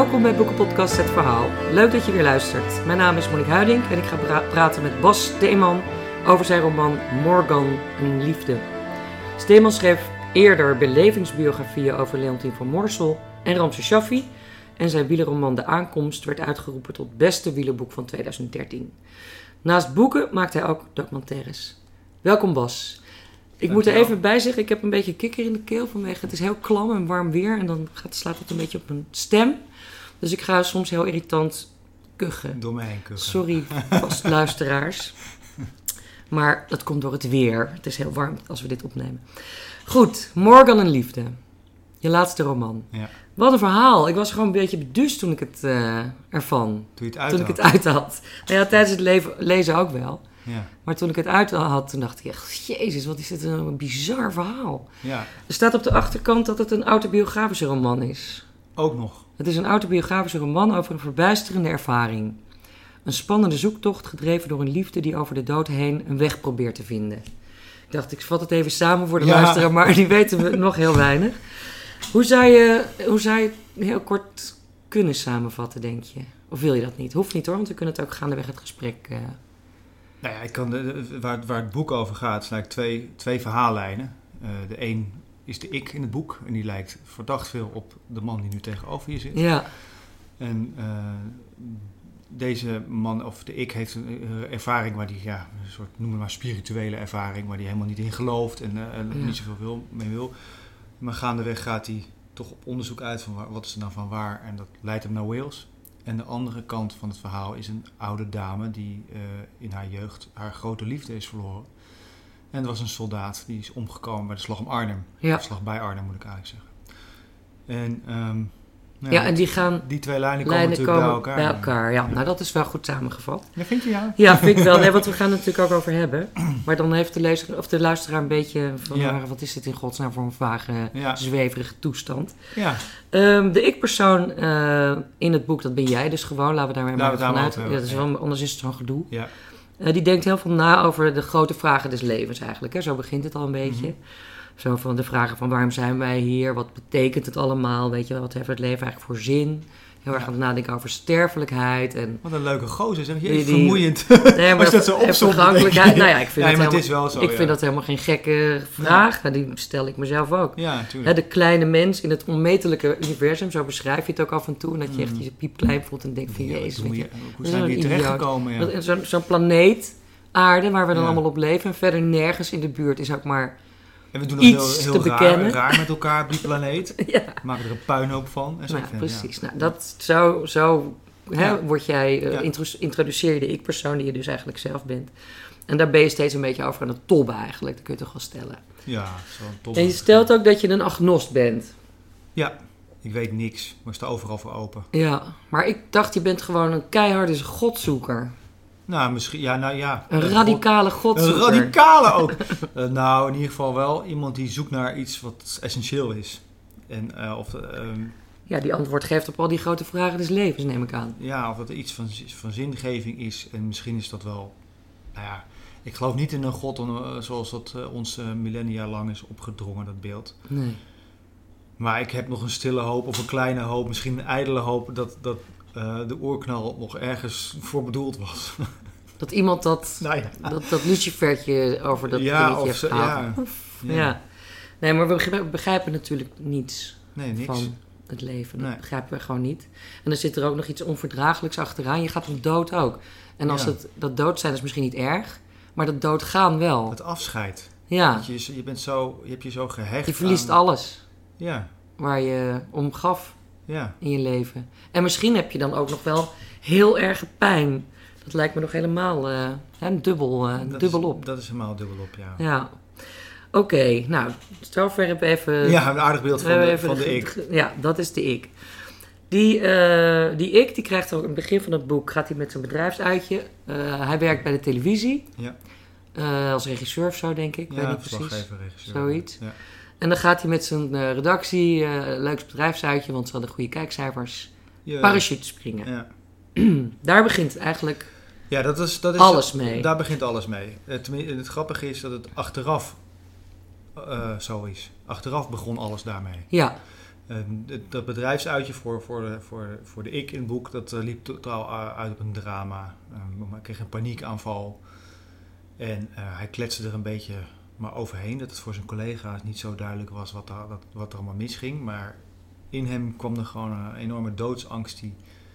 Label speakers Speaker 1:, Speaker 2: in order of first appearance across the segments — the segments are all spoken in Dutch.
Speaker 1: Welkom bij Boekenpodcast Het Verhaal. Leuk dat je weer luistert. Mijn naam is Monique Huiding en ik ga praten met Bas Steeman over zijn roman Morgan, een liefde. Steeman schreef eerder belevingsbiografieën over Leontien van Moorsel en Ramses Shaffi. En zijn wielerroman De Aankomst werd uitgeroepen tot beste wielerboek van 2013. Naast boeken maakt hij ook documentaires. Welkom Bas. Ik moet er even bij zeggen, ik heb een beetje kikker in de keel vanwege het is heel klam en warm weer. En dan slaat het een beetje op mijn stem. Dus ik ga soms heel irritant kuchen.
Speaker 2: Door mij heen kuchen.
Speaker 1: Sorry, vast luisteraars. Maar dat komt door het weer. Het is heel warm als we dit opnemen. Goed, Morgan een liefde. Je laatste roman.
Speaker 2: Ja.
Speaker 1: Wat een verhaal. Ik was gewoon een beetje beduust toen ik het ervan.
Speaker 2: Toen je het uit
Speaker 1: Toen
Speaker 2: had.
Speaker 1: ik het uit had. Nou ja, tijdens het lezen ook wel.
Speaker 2: Ja.
Speaker 1: Maar toen ik het uit had, toen dacht ik echt, jezus, wat is dit een bizar verhaal.
Speaker 2: Ja,
Speaker 1: Er staat op de achterkant dat het een autobiografische roman is.
Speaker 2: ook nog.
Speaker 1: Het is een autobiografische roman over een verbijsterende ervaring. Een spannende zoektocht gedreven door een liefde die over de dood heen een weg probeert te vinden. Ik dacht, ik vat het even samen voor de luisteraar, maar die weten we nog heel weinig. Hoe zou je het heel kort kunnen samenvatten, denk je? Of wil je dat niet? Hoeft niet hoor, want we kunnen het ook gaandeweg het gesprek...
Speaker 2: Nou ja, ik kan waar het boek over gaat, zijn eigenlijk twee verhaallijnen. De een is de ik in het boek en die lijkt verdacht veel op de man die nu tegenover je zit.
Speaker 1: Ja,
Speaker 2: En deze man, of de ik, heeft een ervaring waar die, ja, een soort, noem het maar spirituele ervaring, waar die helemaal niet in gelooft en niet zoveel mee wil. Maar gaandeweg gaat hij toch op onderzoek uit van wat is er nou van waar en dat leidt hem naar Wales. En de andere kant van het verhaal is een oude dame die in haar jeugd haar grote liefde is verloren. En er was een soldaat die is omgekomen bij de slag om Arnhem.
Speaker 1: ja.
Speaker 2: De slag bij Arnhem moet ik eigenlijk zeggen. En,
Speaker 1: Ja, en die
Speaker 2: twee lijnen komen natuurlijk bij elkaar.
Speaker 1: Ja, nou dat is wel goed samengevat.
Speaker 2: Ja, vind je ja?
Speaker 1: Ja, vind ik wel. Nee, want we gaan het natuurlijk ook over hebben. Maar dan heeft de lezer of de luisteraar een beetje van...
Speaker 2: Ja.
Speaker 1: Wat is dit in godsnaam voor een vage,
Speaker 2: Ja.
Speaker 1: zweverige toestand?
Speaker 2: Ja,
Speaker 1: De ik-persoon in het boek, dat ben jij dus gewoon. Laten we daar maar
Speaker 2: Laten we het
Speaker 1: vanuit.
Speaker 2: daar maar
Speaker 1: Ja,
Speaker 2: over
Speaker 1: dat is wel, anders is het zo'n gedoe.
Speaker 2: ja.
Speaker 1: Die denkt heel veel na over de grote vragen des levens eigenlijk. Hè? Zo begint het al een beetje.
Speaker 2: Mhm.
Speaker 1: Zo van de vragen van waarom zijn wij hier? Wat betekent het allemaal? Weet je, wat heeft het leven eigenlijk voor zin? Heel erg aan het nadenken over sterfelijkheid. En
Speaker 2: Wat een leuke gozer, zeg je.
Speaker 1: Die-
Speaker 2: Vermoeiend.
Speaker 1: nee, maar
Speaker 2: Als dat zo opzomt,
Speaker 1: vergankelijkheid.
Speaker 2: denk je.
Speaker 1: Nou ja, ik vind,
Speaker 2: Nee,
Speaker 1: dat,
Speaker 2: maar het
Speaker 1: helemaal,
Speaker 2: is wel zo,
Speaker 1: ik
Speaker 2: ja.
Speaker 1: vind dat helemaal geen gekke vraag. Nou, die stel ik mezelf ook.
Speaker 2: Ja,
Speaker 1: Hè,
Speaker 2: natuurlijk.
Speaker 1: de kleine mens in het onmetelijke universum, zo beschrijf je het ook af en toe. En dat je echt je piepklein voelt en denkt van jezus, weet je.
Speaker 2: Hoe zijn we hier
Speaker 1: Zo'n
Speaker 2: terechtgekomen? Ja.
Speaker 1: Zo'n planeet, aarde, waar we dan
Speaker 2: Ja.
Speaker 1: allemaal op leven. En verder nergens in de buurt is ook maar...
Speaker 2: En we doen het
Speaker 1: iets
Speaker 2: heel
Speaker 1: te bekennen.
Speaker 2: raar met elkaar op die planeet.
Speaker 1: Ja,
Speaker 2: We maken er een puinhoop van. En zo
Speaker 1: nou,
Speaker 2: verder,
Speaker 1: precies.
Speaker 2: ja.
Speaker 1: Nou, dat zo hè,
Speaker 2: Ja.
Speaker 1: word jij,
Speaker 2: Ja.
Speaker 1: introduceer je de ik-persoon die je dus eigenlijk zelf bent. En daar ben je steeds een beetje over aan het tobben eigenlijk. Dat kun je toch wel stellen.
Speaker 2: Ja, zo'n top.
Speaker 1: En je stelt ook dat je een agnost bent.
Speaker 2: Ja, ik weet niks, maar ik sta overal voor open.
Speaker 1: Ja, maar ik dacht je bent gewoon een keiharde godzoeker.
Speaker 2: Nou, misschien, ja, nou ja.
Speaker 1: Een radicale
Speaker 2: Een
Speaker 1: godzoeker.
Speaker 2: radicale ook. Nou, in ieder geval wel iemand die zoekt naar iets wat essentieel is. En
Speaker 1: Ja, die antwoord geeft op al die grote vragen des levens, neem ik aan.
Speaker 2: ja, of dat er iets van zingeving is. En misschien is dat wel, nou ja, ik geloof niet in een god zoals dat ons millennia lang is opgedrongen, dat beeld.
Speaker 1: Nee.
Speaker 2: Maar ik heb nog een stille hoop of een kleine hoop, misschien een ijdele hoop dat de oerknal nog ergens voor bedoeld was.
Speaker 1: Dat iemand dat lucifertje over dat dingetje heeft gehaald. Ja. Nee, maar we begrijpen natuurlijk niets
Speaker 2: Nee, niks.
Speaker 1: van het leven. Dat
Speaker 2: Nee.
Speaker 1: begrijpen we gewoon niet. En dan zit er ook nog iets onverdraaglijks achteraan. Je gaat om dood ook. En als
Speaker 2: Ja.
Speaker 1: dat dood zijn is misschien niet erg, maar dat doodgaan wel.
Speaker 2: Het afscheid.
Speaker 1: Ja,
Speaker 2: Dat je hebt je zo gehecht
Speaker 1: je verliest
Speaker 2: aan...
Speaker 1: alles
Speaker 2: Ja,
Speaker 1: waar je om gaf
Speaker 2: ja.
Speaker 1: in je leven. En misschien heb je dan ook nog wel heel erge pijn. Dat lijkt me nog helemaal dubbel op.
Speaker 2: Dat is helemaal dubbel op, ja.
Speaker 1: Ja. Oké, nou, zover heb ik even...
Speaker 2: Ja, een aardig beeld
Speaker 1: we hebben even
Speaker 2: van de ik.
Speaker 1: Ja, dat is de ik. Die ik, die krijgt ook in het begin van het boek, gaat hij met zijn bedrijfsuitje. Hij werkt bij de televisie.
Speaker 2: Ja.
Speaker 1: Als regisseur of zo, denk ik. Ik weet
Speaker 2: Ja,
Speaker 1: niet precies.
Speaker 2: verslaggever, regisseur.
Speaker 1: Zoiets.
Speaker 2: Ja.
Speaker 1: En dan gaat hij met zijn redactie, leuk bedrijfsuitje, want ze hadden goede kijkcijfers,
Speaker 2: Ja.
Speaker 1: parachute springen.
Speaker 2: Ja.
Speaker 1: Daar begint eigenlijk
Speaker 2: Ja, dat is
Speaker 1: alles mee.
Speaker 2: Daar begint alles mee. Het grappige is dat het achteraf zo is. Achteraf begon alles daarmee.
Speaker 1: Ja,
Speaker 2: Dat bedrijfsuitje voor de ik in het boek, dat liep totaal uit op een drama. Ik kreeg een paniekaanval. En hij kletste er een beetje maar overheen. Dat het voor zijn collega's niet zo duidelijk was wat er allemaal misging. Maar in hem kwam er gewoon een enorme doodsangst die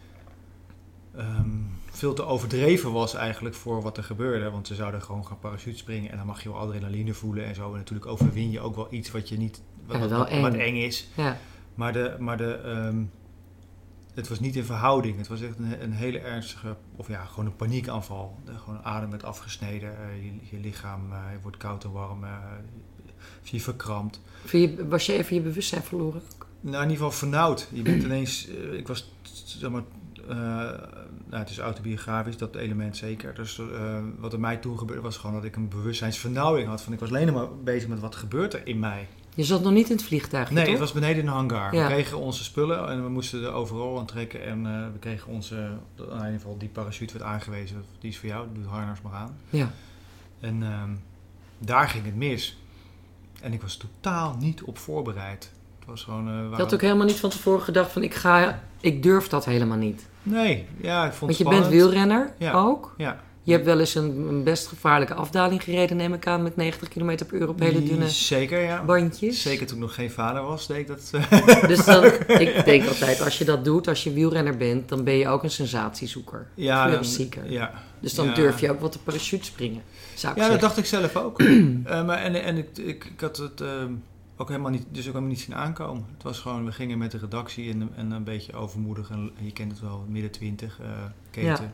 Speaker 2: veel te overdreven was eigenlijk voor wat er gebeurde. Want ze zouden gewoon gaan parachute springen en dan mag je wel adrenaline voelen en zo. En natuurlijk overwin je ook wel iets wat je niet... Wat eng is.
Speaker 1: Ja.
Speaker 2: Maar het was niet in verhouding. Het was echt een hele ernstige, gewoon een paniekaanval. Gewoon adem werd afgesneden, je lichaam je wordt koud en warm, je verkrampt.
Speaker 1: Was je even je bewustzijn verloren?
Speaker 2: Nou, in ieder geval vernauwd. Je bent ineens, ik was, zeg maar, het is autobiografisch, dat element zeker. Dus wat er mij toen gebeurde was gewoon dat ik een bewustzijnsvernauwing had. Van ik was alleen maar bezig met wat gebeurt er in mij.
Speaker 1: Je zat nog niet in het vliegtuig,
Speaker 2: Nee,
Speaker 1: toch?
Speaker 2: het was beneden in een hangar.
Speaker 1: Ja.
Speaker 2: We kregen onze spullen en we moesten er overal aan trekken. En we kregen in ieder geval die parachute werd aangewezen. Die is voor jou, doe het harnas maar aan.
Speaker 1: Ja.
Speaker 2: En daar ging het mis. En ik was totaal niet op voorbereid. Het was gewoon...
Speaker 1: Je had ook helemaal niet van tevoren gedacht van ik durf dat helemaal niet.
Speaker 2: Nee, ja, ik vond
Speaker 1: Want
Speaker 2: het
Speaker 1: je bent
Speaker 2: spannend.
Speaker 1: wielrenner ook.
Speaker 2: Ja.
Speaker 1: Je hebt wel eens een best gevaarlijke afdaling gereden, neem ik aan, met 90 km per uur op hele dunne
Speaker 2: Zeker, ja.
Speaker 1: bandjes.
Speaker 2: Zeker toen ik nog geen vader was, deed ik dat.
Speaker 1: Dus dan, ik denk altijd, als je dat doet, als je wielrenner bent, dan ben je ook een sensatiezoeker.
Speaker 2: Ja,
Speaker 1: Thrill-seeker.
Speaker 2: ja.
Speaker 1: Dus dan durf je ook wat de parachute springen, zou ik
Speaker 2: Ja, dat
Speaker 1: zeggen.
Speaker 2: dacht ik zelf ook. Ik had het ook helemaal niet zien aankomen. Het was gewoon, we gingen met de redactie en een beetje overmoedig. En je kent het wel, midden 20, keten.
Speaker 1: Ja.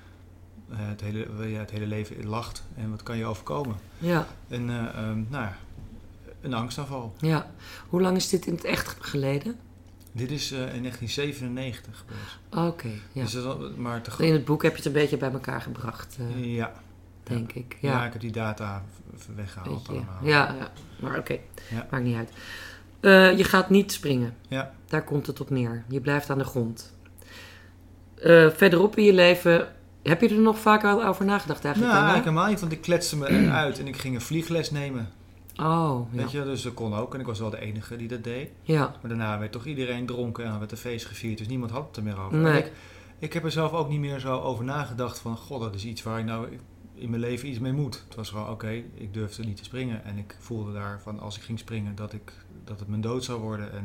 Speaker 2: Het hele leven lacht. En wat kan je overkomen?
Speaker 1: Ja.
Speaker 2: En een angstaanval.
Speaker 1: Ja. Hoe lang is dit in het echt geleden?
Speaker 2: Dit is in 1997 gebeurd.
Speaker 1: Oké, ja.
Speaker 2: Dus maar
Speaker 1: In het boek heb je het een beetje bij elkaar gebracht,
Speaker 2: ja.
Speaker 1: denk ik.
Speaker 2: Ja, ik heb die data weggehaald allemaal.
Speaker 1: Ja, maar oké.
Speaker 2: Ja.
Speaker 1: Maakt niet uit. Je gaat niet springen.
Speaker 2: Ja.
Speaker 1: Daar komt het op neer. Je blijft aan de grond. Verderop in je leven, heb je er nog vaker over nagedacht eigenlijk?
Speaker 2: Nou, eigenlijk helemaal niet, want ik kletste me eruit en ik ging een vliegles nemen.
Speaker 1: Oh, ja.
Speaker 2: Weet je, dus dat kon ook en ik was wel de enige die dat deed.
Speaker 1: Ja.
Speaker 2: Maar daarna werd toch iedereen dronken en dan werd een feest gevierd, dus niemand had het er meer over.
Speaker 1: Nee.
Speaker 2: Ik heb er zelf ook niet meer zo over nagedacht van, god, dat is iets waar ik nou in mijn leven iets mee moet. Het was gewoon, oké, ik durfde niet te springen en ik voelde daarvan als ik ging springen dat het mijn dood zou worden. En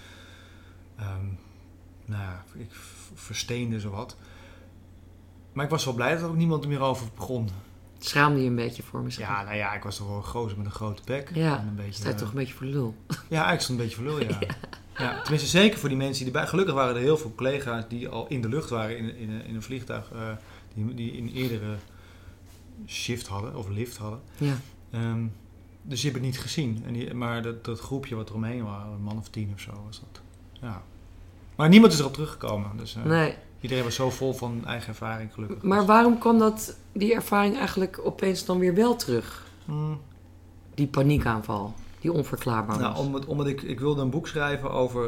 Speaker 2: ik versteende zowat. Maar ik was wel blij dat er ook niemand er meer over begon.
Speaker 1: Schaamde je een beetje voor misschien?
Speaker 2: Ja, nou ja, ik was toch wel een gozer met een grote bek.
Speaker 1: Ja,
Speaker 2: en een beetje,
Speaker 1: sta je toch een beetje voor lul.
Speaker 2: Ja, ik stond een beetje voor lul, ja. Ja, tenminste, zeker voor die mensen die erbij... Gelukkig waren er heel veel collega's die al in de lucht waren in een vliegtuig... die een eerdere shift hadden, of lift hadden.
Speaker 1: Ja.
Speaker 2: Dus je hebt het niet gezien. Maar dat groepje wat eromheen was, een man of 10 of zo was dat. Ja. Maar niemand is erop teruggekomen. Dus,
Speaker 1: Nee.
Speaker 2: Iedereen was zo vol van eigen ervaring, gelukkig.
Speaker 1: Maar waarom kwam die ervaring eigenlijk opeens dan weer wel terug? Die paniekaanval, die onverklaarbaar was.
Speaker 2: Nou, omdat ik wilde een boek schrijven over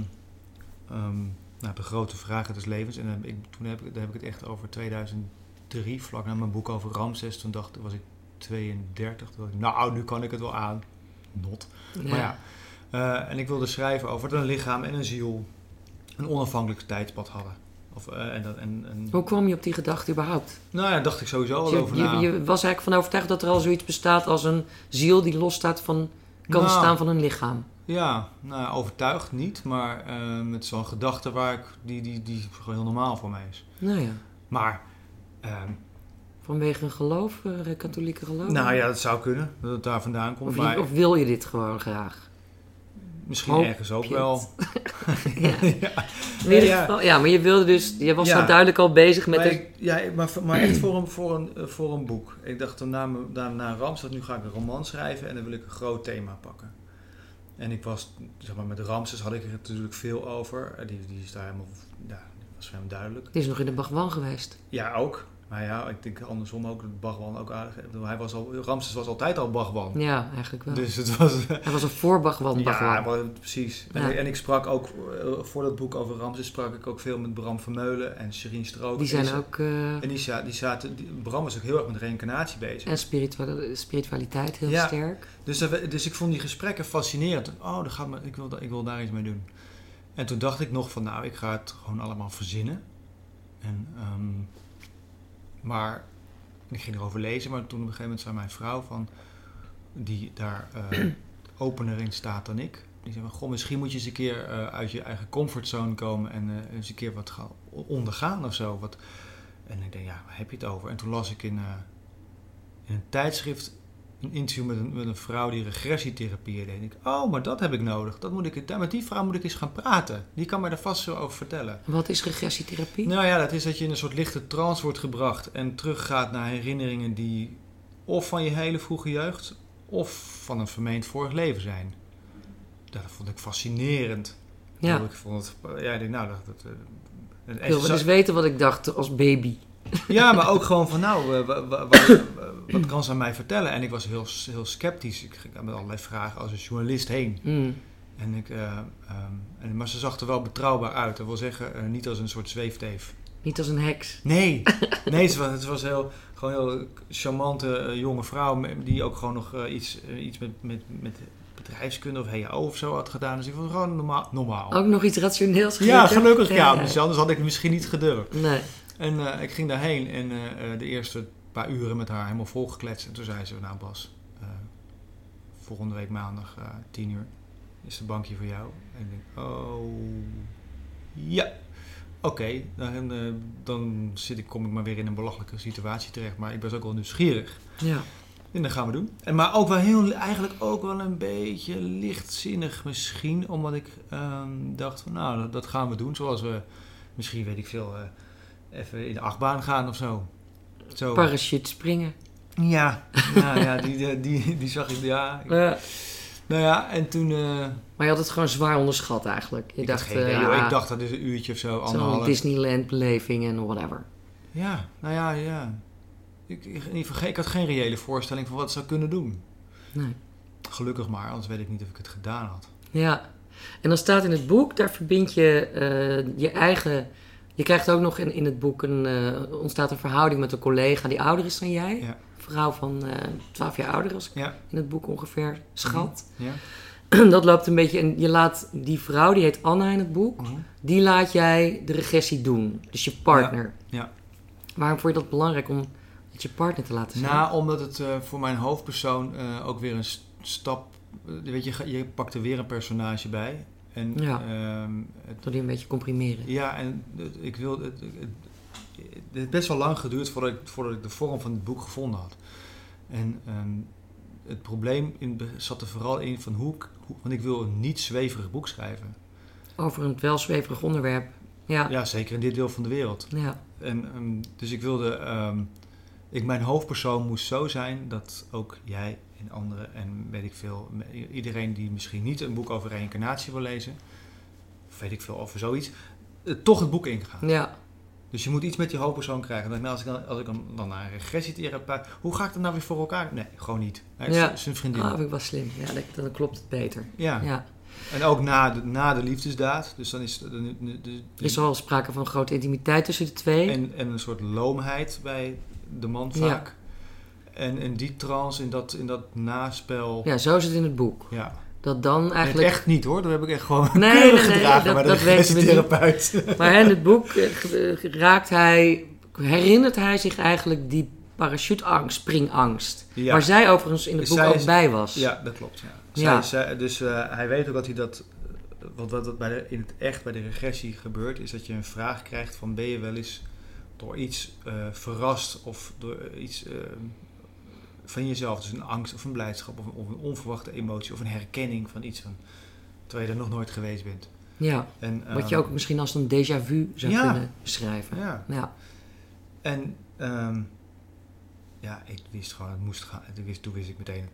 Speaker 2: de grote vragen des levens. En toen heb ik het echt over 2003, vlak na mijn boek over Ramses. Toen was ik 32. Toen dacht ik, nou, nu kan ik het wel aan. Not.
Speaker 1: Ja.
Speaker 2: Maar ja. En ik wilde schrijven over dat een lichaam en een ziel een onafhankelijk tijdspad hadden.
Speaker 1: Hoe kwam je op die gedachte überhaupt?
Speaker 2: Nou ja, dacht ik sowieso wel over na.
Speaker 1: Je was eigenlijk van overtuigd dat er al zoiets bestaat als een ziel die losstaat kan staan van een lichaam.
Speaker 2: Ja, nou, overtuigd niet, maar met zo'n gedachte die gewoon heel normaal voor mij is.
Speaker 1: Nou ja.
Speaker 2: Maar...
Speaker 1: vanwege een geloof, katholieke geloof?
Speaker 2: Nou ja, dat zou kunnen, dat het daar vandaan komt.
Speaker 1: Of wil je dit gewoon graag?
Speaker 2: Misschien ergens ook wel.
Speaker 1: Ja. In ieder geval, ja, maar je wilde dus, je was zo duidelijk al bezig met...
Speaker 2: Maar echt voor een boek. Ik dacht na Ramses, nu ga ik een roman schrijven en dan wil ik een groot thema pakken. En ik was, zeg maar, met Ramses had ik er natuurlijk veel over. Die is daar helemaal, die was voor hem duidelijk.
Speaker 1: Die is nog in de Bhagwan geweest.
Speaker 2: Ja, ook. Maar ja, ik denk andersom ook, dat Bhagwan ook aardig. Ramses was altijd al Bhagwan.
Speaker 1: Ja, eigenlijk wel.
Speaker 2: Dus het was...
Speaker 1: Hij was een voor-Bhagwan.
Speaker 2: Ja, precies. Ja. En ik sprak ook, voor dat boek over Ramses, sprak ik ook veel met Bram Vermeulen en Sherine Strook.
Speaker 1: Die zijn ook...
Speaker 2: En Bram was ook heel erg met reïncarnatie bezig.
Speaker 1: En spiritualiteit heel sterk.
Speaker 2: Dus ik vond die gesprekken fascinerend. Ik wil daar iets mee doen. En toen dacht ik nog van, nou, ik ga het gewoon allemaal verzinnen. En, maar ik ging erover lezen, maar toen op een gegeven moment zei mijn vrouw van, die daar opener in staat dan ik. Die zei van, goh, misschien moet je eens een keer uit je eigen comfortzone komen en eens een keer wat gaan ondergaan of zo. En ik denk, ja, waar heb je het over? En toen las ik in een tijdschrift een interview met een vrouw die regressietherapie deed. En ik, oh, maar dat heb ik nodig. Met die vrouw moet ik eens gaan praten. Die kan mij daar vast zo over vertellen.
Speaker 1: Wat is regressietherapie?
Speaker 2: Nou ja, dat is dat je in een soort lichte trance wordt gebracht en teruggaat naar herinneringen die of van je hele vroege jeugd of van een vermeend vorig leven zijn. Dat vond ik fascinerend.
Speaker 1: Ja.
Speaker 2: Ik vond het, ja, ik denk, nou,
Speaker 1: Ik wil wel eens weten wat ik dacht als baby.
Speaker 2: Ja, maar ook gewoon van, nou, wat kan ze aan mij vertellen? En ik was heel sceptisch. Ik ging met allerlei vragen als een journalist heen. Maar ze zag er wel betrouwbaar uit. Dat wil zeggen, niet als een soort zweefteef.
Speaker 1: Niet als een heks.
Speaker 2: Nee, het was gewoon heel charmante jonge vrouw die ook gewoon nog iets met bedrijfskunde of HO of zo had gedaan. Dus ik vond het gewoon normaal.
Speaker 1: Ook nog iets rationeels
Speaker 2: gelukkig. Ja, gelukkig. Ja. Dus anders had ik het misschien niet gedurfd.
Speaker 1: Nee.
Speaker 2: En ik ging daarheen en de eerste paar uren met haar helemaal volgekletst. En toen zei ze, nou Bas, volgende week maandag 10 uur is de bankje voor jou. En ik denk, oh, ja, oké. Dan kom ik maar weer in een belachelijke situatie terecht. Maar ik was ook wel nieuwsgierig.
Speaker 1: Ja.
Speaker 2: En dat gaan we doen. Maar ook wel eigenlijk ook wel een beetje lichtzinnig misschien. Omdat ik dacht van, nou, dat gaan we doen. Zoals we, misschien weet ik veel, even in de achtbaan gaan of zo.
Speaker 1: Parachute springen.
Speaker 2: Ja, die zag ik, ja. Nou ja, en toen...
Speaker 1: Maar je had het gewoon zwaar onderschat eigenlijk.
Speaker 2: Ik dacht dat is een uurtje of zo,
Speaker 1: zo'n Disneyland beleving en whatever.
Speaker 2: Ja, nou ja. Ik had geen reële voorstelling van wat het zou kunnen doen.
Speaker 1: Nee.
Speaker 2: Gelukkig maar, anders weet ik niet of ik het gedaan had.
Speaker 1: Ja, en dan staat in het boek, daar verbind je je eigen... Je krijgt ook nog in het boek ontstaat een verhouding met een collega die ouder is dan jij. Ja. Een vrouw van 12 jaar ouder als ik in het boek ongeveer schat.
Speaker 2: Ja.
Speaker 1: Dat loopt een beetje... En je laat die vrouw, die heet Anna in het boek, die laat jij de regressie doen. Dus je partner.
Speaker 2: Ja.
Speaker 1: Waarom vond je dat belangrijk om het je partner te laten zien?
Speaker 2: Nou, omdat het voor mijn hoofdpersoon ook weer een stap... Weet je pakt er weer een personage bij. En,
Speaker 1: door die een beetje comprimeren.
Speaker 2: Ja, en ik wilde... Het heeft best wel lang geduurd voordat ik de vorm van het boek gevonden had. En het probleem zat er vooral in van want ik wil een niet zweverig boek schrijven.
Speaker 1: Over een wel zweverig onderwerp.
Speaker 2: Ja, zeker in dit deel van de wereld.
Speaker 1: Ja.
Speaker 2: En dus ik wilde... mijn hoofdpersoon moest zo zijn dat ook jij en anderen en weet ik veel... Iedereen die misschien niet een boek over reïncarnatie wil lezen... Of weet ik veel, over zoiets... toch het boek ingaan.
Speaker 1: Ja. Dus
Speaker 2: je moet iets met die hoofdpersoon krijgen. Dan als ik dan naar een regressietherapeut... Hoe ga ik dat nou weer voor elkaar? Nee, gewoon niet. Hij is zijn vriendin.
Speaker 1: Vind ik wel slim. Ja, dan klopt het beter.
Speaker 2: Ja. En ook na de liefdesdaad. Dus dan is... Er
Speaker 1: is al sprake van grote intimiteit tussen de twee.
Speaker 2: En een soort loomheid bij de man vaak. Ja. En die trance, in dat naspel...
Speaker 1: Ja, zo is het in het boek.
Speaker 2: Ja.
Speaker 1: Dat dan eigenlijk...
Speaker 2: Echt niet hoor, dat heb ik echt gewoon keurig gedragen bij de regressietherapeut.
Speaker 1: Maar in het boek herinnert hij zich eigenlijk die parachuteangst, springangst. Ja. Waar zij overigens in het boek ook bij was.
Speaker 2: Ja, dat klopt. Dus hij weet ook dat hij dat... Wat in het echt bij de regressie gebeurt, is dat je een vraag krijgt van... Ben je wel eens door iets verrast of door iets... van jezelf, dus een angst of een blijdschap of een onverwachte emotie of een herkenning van iets terwijl je er nog nooit geweest bent. Ja,
Speaker 1: en, wat je ook misschien als een déjà vu zou kunnen beschrijven.
Speaker 2: Ja. En ik wist gewoon, het moest gaan. Toen wist ik meteen,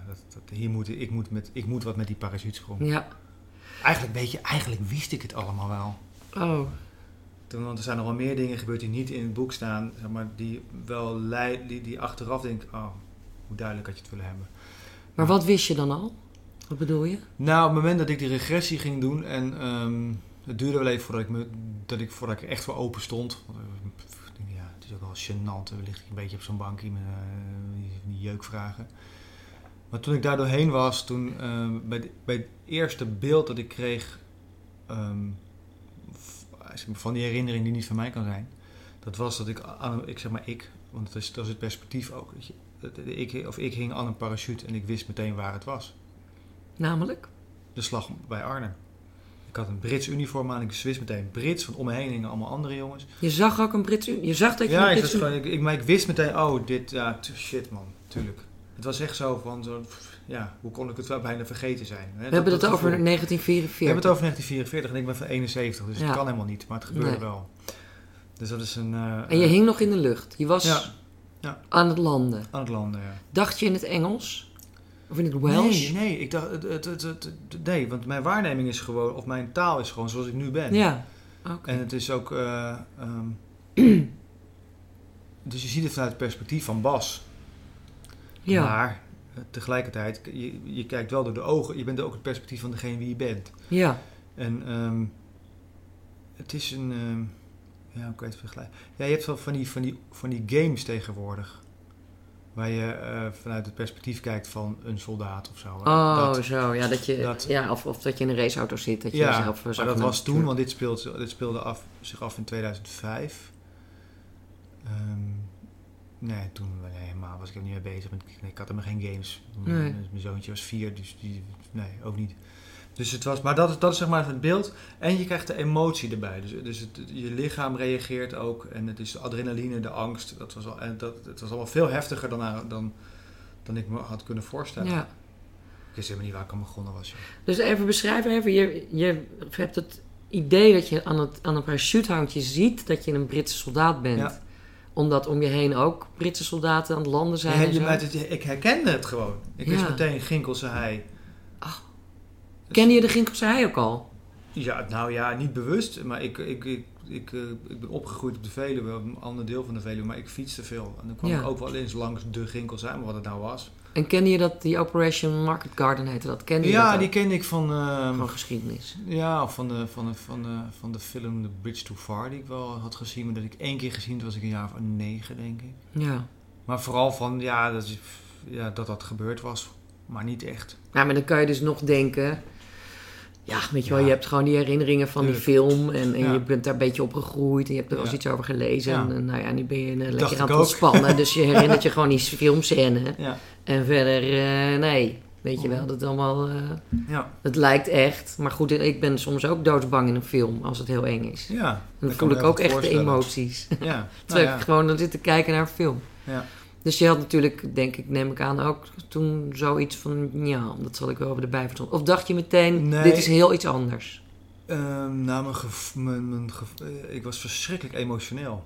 Speaker 2: ik moet wat met die parachutesprong.
Speaker 1: Ja.
Speaker 2: Eigenlijk wist ik het allemaal wel.
Speaker 1: Oh.
Speaker 2: Want er zijn nog wel meer dingen gebeurd die niet in het boek staan, zeg maar, die wel die achteraf denk ik, hoe duidelijk had je het willen hebben.
Speaker 1: Maar wat wist je dan al? Wat bedoel je?
Speaker 2: Nou, op het moment dat ik die regressie ging doen en het duurde wel even voordat ik echt voor open stond. Het is ook wel gênant, dan lig ik een beetje op zo'n bankje met die jeukvragen. Maar toen ik daar doorheen was, toen bij het eerste beeld dat ik kreeg van die herinnering die niet van mij kan zijn. Dat was dat want dat is het perspectief ook. Weet je, ik hing aan een parachute en ik wist meteen waar het was.
Speaker 1: Namelijk?
Speaker 2: De slag bij Arnhem. Ik had een Brits uniform aan, ik wist meteen Brits, want om me heen hingen allemaal andere jongens.
Speaker 1: Je zag ook een Brits uniform? Je zag dat je een Brits uniform...
Speaker 2: Maar ik wist meteen, shit man, tuurlijk. Het was echt zo van, hoe kon ik het wel bijna vergeten zijn?
Speaker 1: We hebben het over 1944.
Speaker 2: We hebben het over 1944 en ik ben van 71, dus het kan helemaal niet, maar het gebeurde wel. Dus dat is een...
Speaker 1: en je hing nog in de lucht. Je was aan het landen.
Speaker 2: Aan het landen, ja.
Speaker 1: Dacht je in het Engels? Of in het Welsh?
Speaker 2: Nee, ik dacht... Nee, want mijn waarneming is gewoon... Of mijn taal is gewoon zoals ik nu ben.
Speaker 1: Ja, oké.
Speaker 2: En het is ook... dus je ziet het vanuit het perspectief van Bas. Ja. Maar tegelijkertijd... Je kijkt wel door de ogen. Je bent ook het perspectief van degene wie je bent.
Speaker 1: Ja.
Speaker 2: En het is een... hoe kan je het vergelijken? Ja, je hebt wel van die games tegenwoordig. Waar je vanuit het perspectief kijkt van een soldaat of zo.
Speaker 1: Of dat je in een raceauto zit. Dat je
Speaker 2: jezelf maar dat was toen, want dit speelde zich af in 2005. Toen helemaal was ik er niet mee bezig. Ik had helemaal geen games.
Speaker 1: Nee.
Speaker 2: Mijn zoontje was 4, dus ook niet. Dus het was, maar dat is zeg maar het beeld. En je krijgt de emotie erbij. Dus je lichaam reageert ook. En het is de adrenaline, de angst. Het was allemaal veel heftiger dan ik me had kunnen voorstellen.
Speaker 1: Ja.
Speaker 2: Ik wist helemaal niet waar ik aan begonnen was. Joh.
Speaker 1: Dus even beschrijven. Je hebt het idee dat je aan een parachute hangt. Je ziet dat je een Britse soldaat bent. Ja. Omdat om je heen ook Britse soldaten aan het landen zijn.
Speaker 2: Ik herkende het gewoon. Ik wist meteen Ginkelse Hei.
Speaker 1: Ach. Kende je de Ginkelse Hei ook al?
Speaker 2: Ja, niet bewust. Maar ik ben opgegroeid op de Veluwe, op een ander deel van de Veluwe. Maar ik fietste veel. En dan kwam ik ook wel eens langs de Ginkelse Hei, maar wat het nou was.
Speaker 1: En kende je dat, die Operation Market Garden heette dat?
Speaker 2: Die kende ik van...
Speaker 1: van geschiedenis.
Speaker 2: Ja, of van de film The Bridge Too Far, die ik wel had gezien. Maar dat ik 1 keer gezien, toen was ik een jaar of 9, denk ik.
Speaker 1: Ja.
Speaker 2: Maar vooral van, dat gebeurd was. Maar niet echt.
Speaker 1: Ja, maar dan kan je dus nog denken... Ja, weet je wel, je hebt gewoon die herinneringen van die film. En je bent daar een beetje op gegroeid. En je hebt er wel eens iets over gelezen. Ja. En nu ben je lekker aan het ontspannen. Dus je herinnert je gewoon die filmscène. Ja. En verder, weet je wel, dat allemaal... Het lijkt echt. Maar goed, ik ben soms ook doodsbang in een film als het heel eng is.
Speaker 2: Ja.
Speaker 1: En dan voel ik ook echt de emoties. Ja. Terwijl ik gewoon dan zit te kijken naar een film. Ja. Dus je had natuurlijk, neem ik aan, ook toen zoiets van... Ja, dat zal ik wel erbij vertellen. Of dacht je meteen, dit is heel iets anders?
Speaker 2: Ik was verschrikkelijk emotioneel.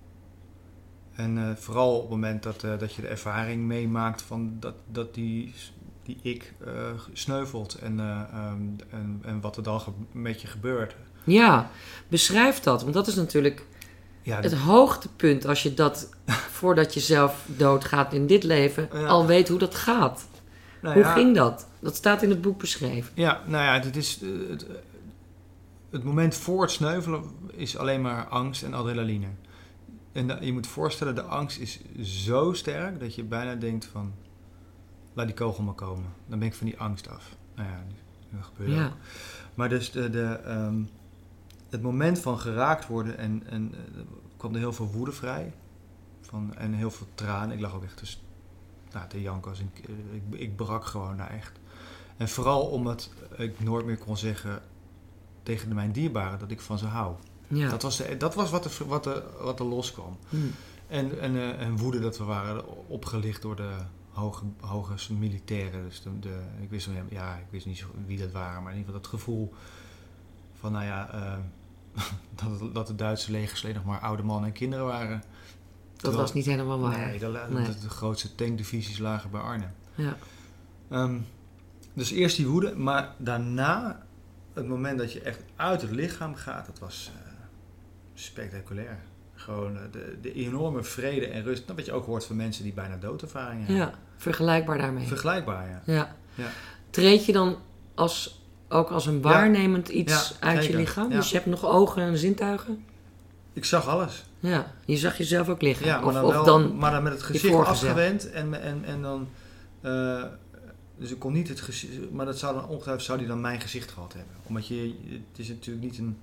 Speaker 2: En vooral op het moment dat je de ervaring meemaakt van dat die ik sneuvelt. En wat er dan met je gebeurt.
Speaker 1: Ja, beschrijf dat. Want dat is natuurlijk... Ja, het hoogtepunt als je dat, voordat je zelf doodgaat in dit leven, al weet hoe dat gaat. Hoe ging dat? Dat staat in het boek beschreven.
Speaker 2: Ja, dit is het moment voor het sneuvelen is alleen maar angst en adrenaline. En je moet voorstellen, de angst is zo sterk dat je bijna denkt van, laat die kogel maar komen. Dan ben ik van die angst af. Nou ja, dat gebeurt ook. Maar dus het moment van geraakt worden en kwam er heel veel woede vrij. En heel veel tranen. Ik lag ook echt te janken. Ik brak gewoon daar echt. En vooral omdat ik nooit meer kon zeggen tegen mijn dierbaren dat ik van ze hou. Ja. Dat was wat er loskwam. En woede dat we waren opgelicht door de hoge militairen. Dus ik wist niet zo wie dat waren, maar in ieder geval dat gevoel van dat de Duitse legers alleen nog maar oude mannen en kinderen waren.
Speaker 1: Dat was niet helemaal waar.
Speaker 2: Nee, de grootste tankdivisies lagen bij Arnhem.
Speaker 1: Ja.
Speaker 2: Dus eerst die woede, maar daarna, het moment dat je echt uit het lichaam gaat, dat was spectaculair. Gewoon de enorme vrede en rust. Wat je ook hoort van mensen die bijna doodervaringen hebben.
Speaker 1: Ja, vergelijkbaar daarmee.
Speaker 2: Vergelijkbaar,
Speaker 1: ja. Treed je dan ook als een waarnemend iets uit je lichaam? Ja. Dus je hebt nog ogen en zintuigen?
Speaker 2: Ik zag alles.
Speaker 1: Ja, je zag jezelf ook liggen.
Speaker 2: Ja, maar dan met het gezicht afgewend en dan Dus ik kon niet het gezicht... Maar dat zou dan ongetwijfeld zou die dan mijn gezicht gehad hebben. Omdat het is natuurlijk niet een...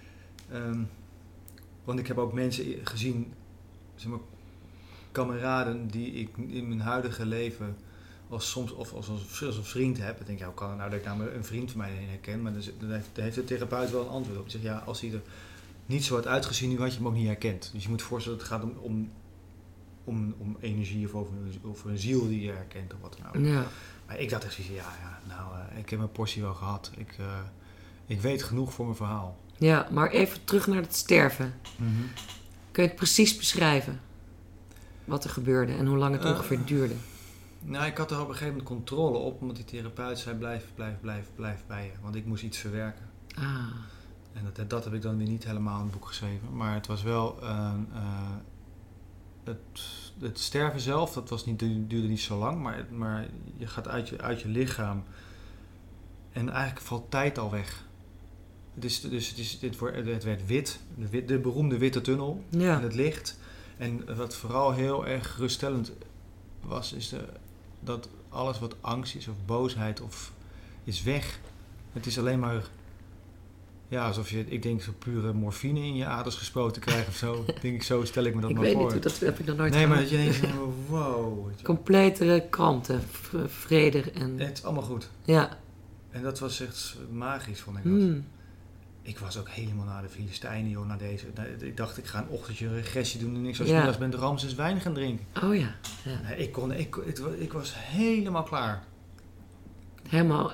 Speaker 2: want ik heb ook mensen gezien, zeg maar, kameraden die ik in mijn huidige leven als een vriend heb. Dan denk ik, hoe kan het nou dat ik nou een vriend van mij herken? Maar dan heeft de therapeut wel een antwoord op. Die zegt, ja, als hij er niet zo had uitgezien, nu had je hem ook niet herkend. Dus je moet je voorstellen, het gaat om energie of een ziel die je herkent of wat dan ook.
Speaker 1: Ja.
Speaker 2: Maar ik dacht echt, ik heb mijn portie wel gehad. Ik weet genoeg voor mijn verhaal.
Speaker 1: Ja, maar even terug naar het sterven.
Speaker 2: Mm-hmm.
Speaker 1: Kun je het precies beschrijven? Wat er gebeurde en hoe lang het ongeveer duurde?
Speaker 2: Nou, ik had er op een gegeven moment controle op, omdat die therapeut zei, blijf bij je. Want ik moest iets verwerken.
Speaker 1: Ah.
Speaker 2: En dat heb ik dan weer niet helemaal in het boek geschreven. Maar het was wel... het sterven zelf, duurde niet zo lang. Maar je gaat uit je lichaam. En eigenlijk valt tijd al weg. Het werd wit. De beroemde witte tunnel.
Speaker 1: Ja.
Speaker 2: En het licht. En wat vooral heel erg geruststellend was, is dat alles wat angst is of boosheid is weg. Het is alleen maar... Ja, alsof je, ik denk, zo pure morfine in je aders gespoten krijgt of zo. Zo stel ik me dat maar voor.
Speaker 1: Ik weet niet, dat heb ik nog nooit
Speaker 2: gehad. Maar dat je denkt, wow.
Speaker 1: Complete kalmte, vrede en...
Speaker 2: Het is allemaal goed.
Speaker 1: Ja.
Speaker 2: En dat was echt magisch, vond ik dat. Ik was ook helemaal naar de Filistijnen, joh, naar deze. Ik dacht, ik ga een ochtendje een regressie doen en ik zou smiddags met Ramses wijn gaan drinken.
Speaker 1: Oh ja.
Speaker 2: Nee, ik was helemaal klaar.
Speaker 1: Helemaal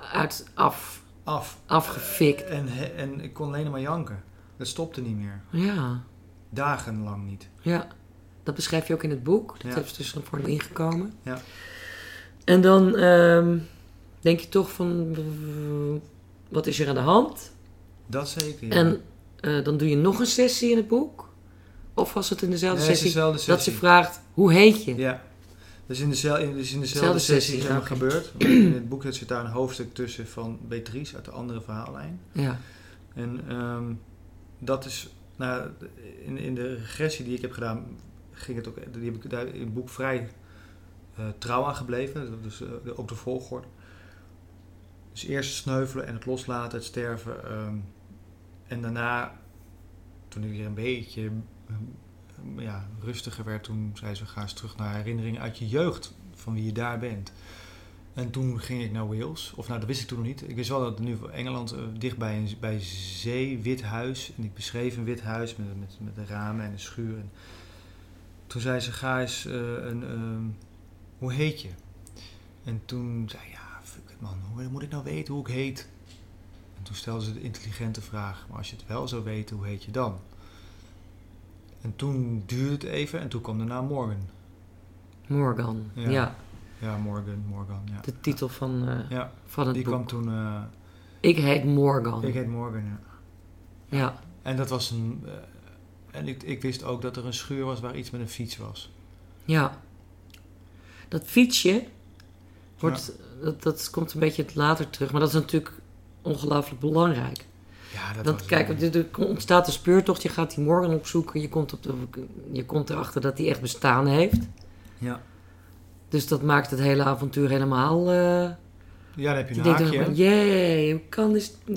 Speaker 1: afgefikt.
Speaker 2: En ik kon alleen maar janken. Dat stopte niet meer.
Speaker 1: Ja.
Speaker 2: Dagenlang niet.
Speaker 1: Ja. Dat beschrijf je ook in het boek. Dat heeft dus voor ingekomen.
Speaker 2: Ja.
Speaker 1: En dan denk je toch van... wat is er aan de hand?
Speaker 2: Dat zeker, ja.
Speaker 1: En dan doe je nog een sessie in het boek? Of was het in dezelfde sessie dat ze vraagt, hoe heet je?
Speaker 2: Ja. Dat is in dezelfde sessie gebeurd. In het boek zit daar een hoofdstuk tussen van Beatrice uit de andere verhaallijn.
Speaker 1: Ja.
Speaker 2: En dat is... Nou, in de regressie die ik heb gedaan, ging het ook... Die heb ik daar in het boek vrij trouw aan gebleven. Dus ook de volgorde. Dus eerst sneuvelen en het loslaten, het sterven. En daarna, toen ik weer een beetje rustiger werd, toen zei ze, ga eens terug naar herinneringen uit je jeugd, van wie je daar bent. En toen ging ik naar Wales, of nou, dat wist ik toen nog niet. Ik wist wel dat nu Engeland dichtbij bij zee, wit huis. En ik beschreef een wit huis met de ramen en een schuur. En toen zei ze, ga eens, hoe heet je? En toen zei ik, man, hoe moet ik nou weten hoe ik heet? En toen stelde ze de intelligente vraag, maar als je het wel zou weten, hoe heet je dan? En toen duurde het even en toen kwam de naam Morgan.
Speaker 1: Morgan, ja.
Speaker 2: Ja, Morgan, ja.
Speaker 1: De titel van het boek.
Speaker 2: Die kwam toen...
Speaker 1: Ik heet Morgan.
Speaker 2: Ik heet Morgan, ja.
Speaker 1: Ja.
Speaker 2: En dat was een... en ik wist ook dat er een schuur was waar iets met een fiets was.
Speaker 1: Ja. Dat fietsje wordt... Ja. Dat komt een beetje later terug, maar dat is natuurlijk ongelooflijk belangrijk.
Speaker 2: Ja,
Speaker 1: kijk, er ontstaat een speurtocht, je gaat die Morgan opzoeken, je komt erachter dat die echt bestaan heeft.
Speaker 2: Ja.
Speaker 1: Dus dat maakt het hele avontuur helemaal...
Speaker 2: ja, dan heb je een haakje.
Speaker 1: Hoe kan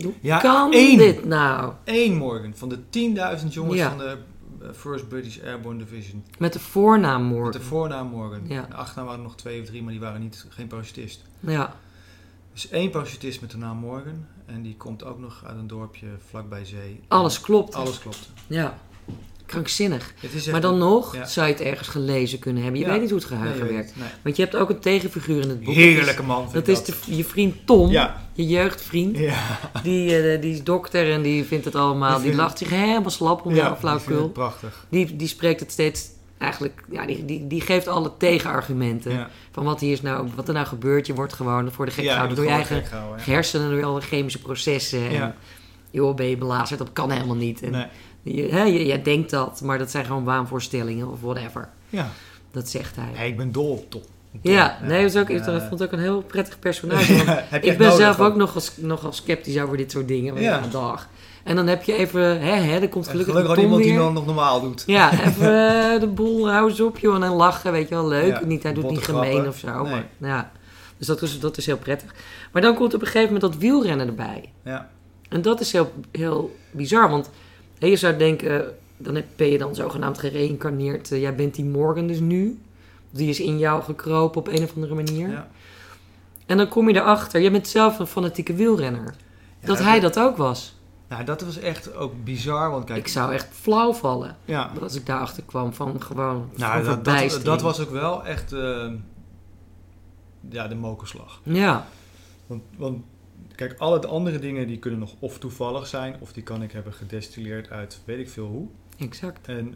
Speaker 1: dit nou?
Speaker 2: 1 Morgan van de 10.000 jongens van de First British Airborne Division.
Speaker 1: Met de voornaam Morgan.
Speaker 2: Met de voornaam Morgan.
Speaker 1: Ja.
Speaker 2: De achternaam waren er nog 2 of 3, maar die waren geen parachutist.
Speaker 1: Ja.
Speaker 2: Dus 1 parachutist met de naam Morgan. En die komt ook nog uit een dorpje vlakbij zee.
Speaker 1: Alles klopt.
Speaker 2: Alles klopt.
Speaker 1: Ja. Krankzinnig.
Speaker 2: Maar
Speaker 1: dan nog zou je het ergens gelezen kunnen hebben. Je weet niet hoe het geheugen werkt.
Speaker 2: Nee.
Speaker 1: Want je hebt ook een tegenfiguur in het boek.
Speaker 2: Heerlijke man.
Speaker 1: Dat is je vriend Tom.
Speaker 2: Ja.
Speaker 1: Je jeugdvriend.
Speaker 2: Ja.
Speaker 1: Die is dokter en die vindt het allemaal. Die lacht zich helemaal slap om jouw flauwkul.
Speaker 2: Prachtig.
Speaker 1: Die spreekt het steeds eigenlijk. Ja, die geeft alle tegenargumenten.
Speaker 2: Ja.
Speaker 1: Van wat er nou gebeurt. Je wordt gewoon voor de gek gehouden door je eigen hersenen, door alle chemische processen.
Speaker 2: Ja.
Speaker 1: En joh, ben je belazerd? Dat kan helemaal niet. En
Speaker 2: nee.
Speaker 1: Jij denkt dat, maar dat zijn gewoon waanvoorstellingen of whatever.
Speaker 2: Ja.
Speaker 1: Dat zegt hij.
Speaker 2: Hey, ik ben dol op Tom.
Speaker 1: Ja, nee, ik vond het ook een heel prettig personage. Ik ben zelf ook nogal sceptisch over dit soort dingen.
Speaker 2: Ja.
Speaker 1: Dag. En dan heb je even, er komt gelukkig
Speaker 2: iemand
Speaker 1: weer.
Speaker 2: Die dan nog normaal doet.
Speaker 1: Ja, even de boel, hou eens op joh, en dan lachen, weet je wel, leuk.
Speaker 2: Ja,
Speaker 1: hij doet niet gemeen of zo.
Speaker 2: Nee.
Speaker 1: Maar, ja. Dus dat is heel prettig. Maar dan komt op een gegeven moment dat wielrennen erbij.
Speaker 2: Ja.
Speaker 1: En dat is heel, heel bizar. Want je zou denken, ben je dan zogenaamd gereïncarneerd. Jij bent die Morgan dus nu. Die is in jou gekropen op een of andere manier.
Speaker 2: Ja.
Speaker 1: En dan kom je erachter, jij bent zelf een fanatieke wielrenner. Dat hij dat ook was.
Speaker 2: Nou, dat was echt ook bizar. Want kijk,
Speaker 1: Ik zou echt flauw vallen.
Speaker 2: Ja.
Speaker 1: Als ik daarachter kwam van gewoon
Speaker 2: dat was ook wel echt de mokerslag.
Speaker 1: Ja.
Speaker 2: Want kijk, alle de andere dingen die kunnen nog of toevallig zijn, of die kan ik hebben gedestilleerd uit weet ik veel hoe.
Speaker 1: Exact.
Speaker 2: En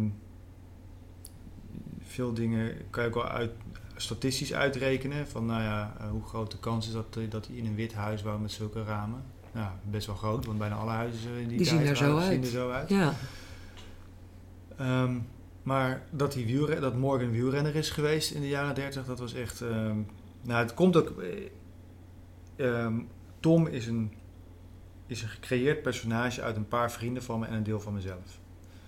Speaker 2: veel dingen kan je ook wel statistisch uitrekenen. Van hoe groot de kans is dat hij in een wit huis woont met zulke ramen. Nou, best wel groot, want bijna alle huizen in die tijd
Speaker 1: zien er zo uit. Ja.
Speaker 2: Maar dat Morgan wielrenner is geweest in de jaren 30, dat was echt... het komt ook... Tom is een gecreëerd personage uit een paar vrienden van me en een deel van mezelf.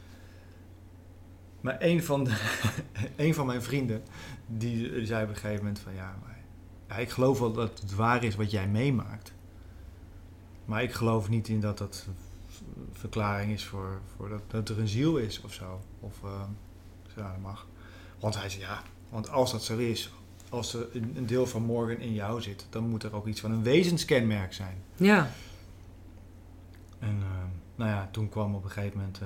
Speaker 2: Maar een van mijn vrienden, die zei op een gegeven moment van... ik geloof wel dat het waar is wat jij meemaakt. Maar ik geloof niet in dat verklaring is voor dat er een ziel is of zo. Of dat mag. Want hij zei want als dat zo is, als er een deel van Morgan in jou zit, dan moet er ook iets van een wezenskenmerk zijn.
Speaker 1: Ja.
Speaker 2: En toen kwam op een gegeven moment...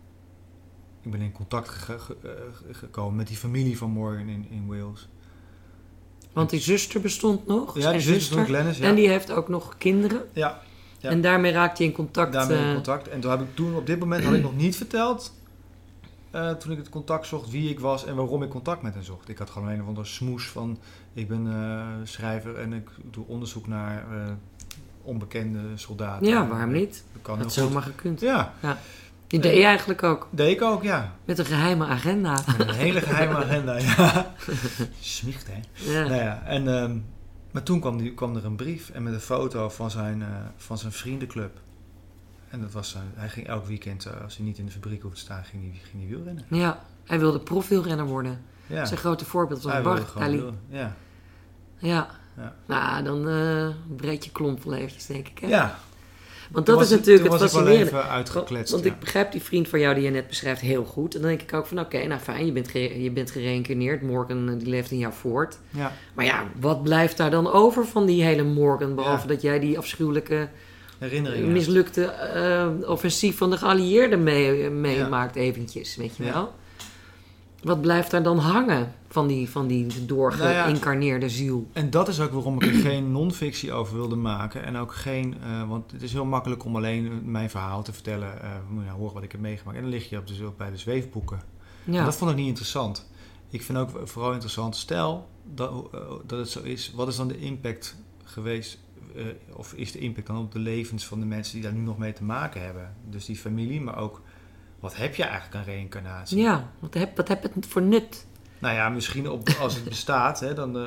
Speaker 2: ik ben in contact gekomen met die familie van Morgan in Wales.
Speaker 1: Want die zuster bestond nog?
Speaker 2: Ja, die zuster stond Glennis, ja.
Speaker 1: En die heeft ook nog kinderen?
Speaker 2: Ja. Ja.
Speaker 1: En daarmee raakte je in contact?
Speaker 2: En op dit moment had ik nog niet verteld, toen ik het contact zocht, wie ik was en waarom ik contact met hen zocht. Ik had gewoon een of andere smoes van, ik ben schrijver en ik doe onderzoek naar onbekende soldaten.
Speaker 1: Ja, waarom niet?
Speaker 2: Dat
Speaker 1: had zomaar gekund.
Speaker 2: Ja.
Speaker 1: Die deed je eigenlijk ook?
Speaker 2: Deed ik ook, ja.
Speaker 1: Met een geheime agenda.
Speaker 2: Met een hele geheime agenda, ja. Smicht, hè? Ja. Maar toen kwam er een brief en met een foto van zijn vriendenclub. En dat was hij ging elk weekend, als hij niet in de fabriek hoefde te staan, ging hij wielrennen.
Speaker 1: Ja, hij wilde profwielrenner worden. Ja. Zijn grote voorbeeld was Bart. Ja. Nou, dan breed je klomp van levens, denk ik. Hè?
Speaker 2: Ja.
Speaker 1: Want dat is natuurlijk het fascinerende.
Speaker 2: Even uitgekletst,
Speaker 1: want ik begrijp die vriend van jou die je net beschrijft heel goed. En dan denk ik ook van oké, fijn, je bent gereïncarneerd. Morgan die leeft in jou voort.
Speaker 2: Ja.
Speaker 1: Maar wat blijft daar dan over van die hele Morgan? Behalve dat jij die afschuwelijke mislukte offensief van de geallieerden meemaakt eventjes, weet je wel. Wat blijft daar dan hangen van die doorgeïncarneerde ziel?
Speaker 2: En dat is ook waarom ik er geen non-fictie over wilde maken. En ook geen... want het is heel makkelijk om alleen mijn verhaal te vertellen. Horen wat ik heb meegemaakt. En dan lig je ook bij de zweefboeken. Ja. En dat vond ik niet interessant. Ik vind ook vooral interessant... Stel dat het zo is. Wat is dan de impact geweest... of is de impact dan op de levens van de mensen... die daar nu nog mee te maken hebben? Dus die familie, maar ook... Wat heb je eigenlijk aan reïncarnatie?
Speaker 1: Ja, wat heb het voor nut?
Speaker 2: Nou ja, misschien als het bestaat, hè, dan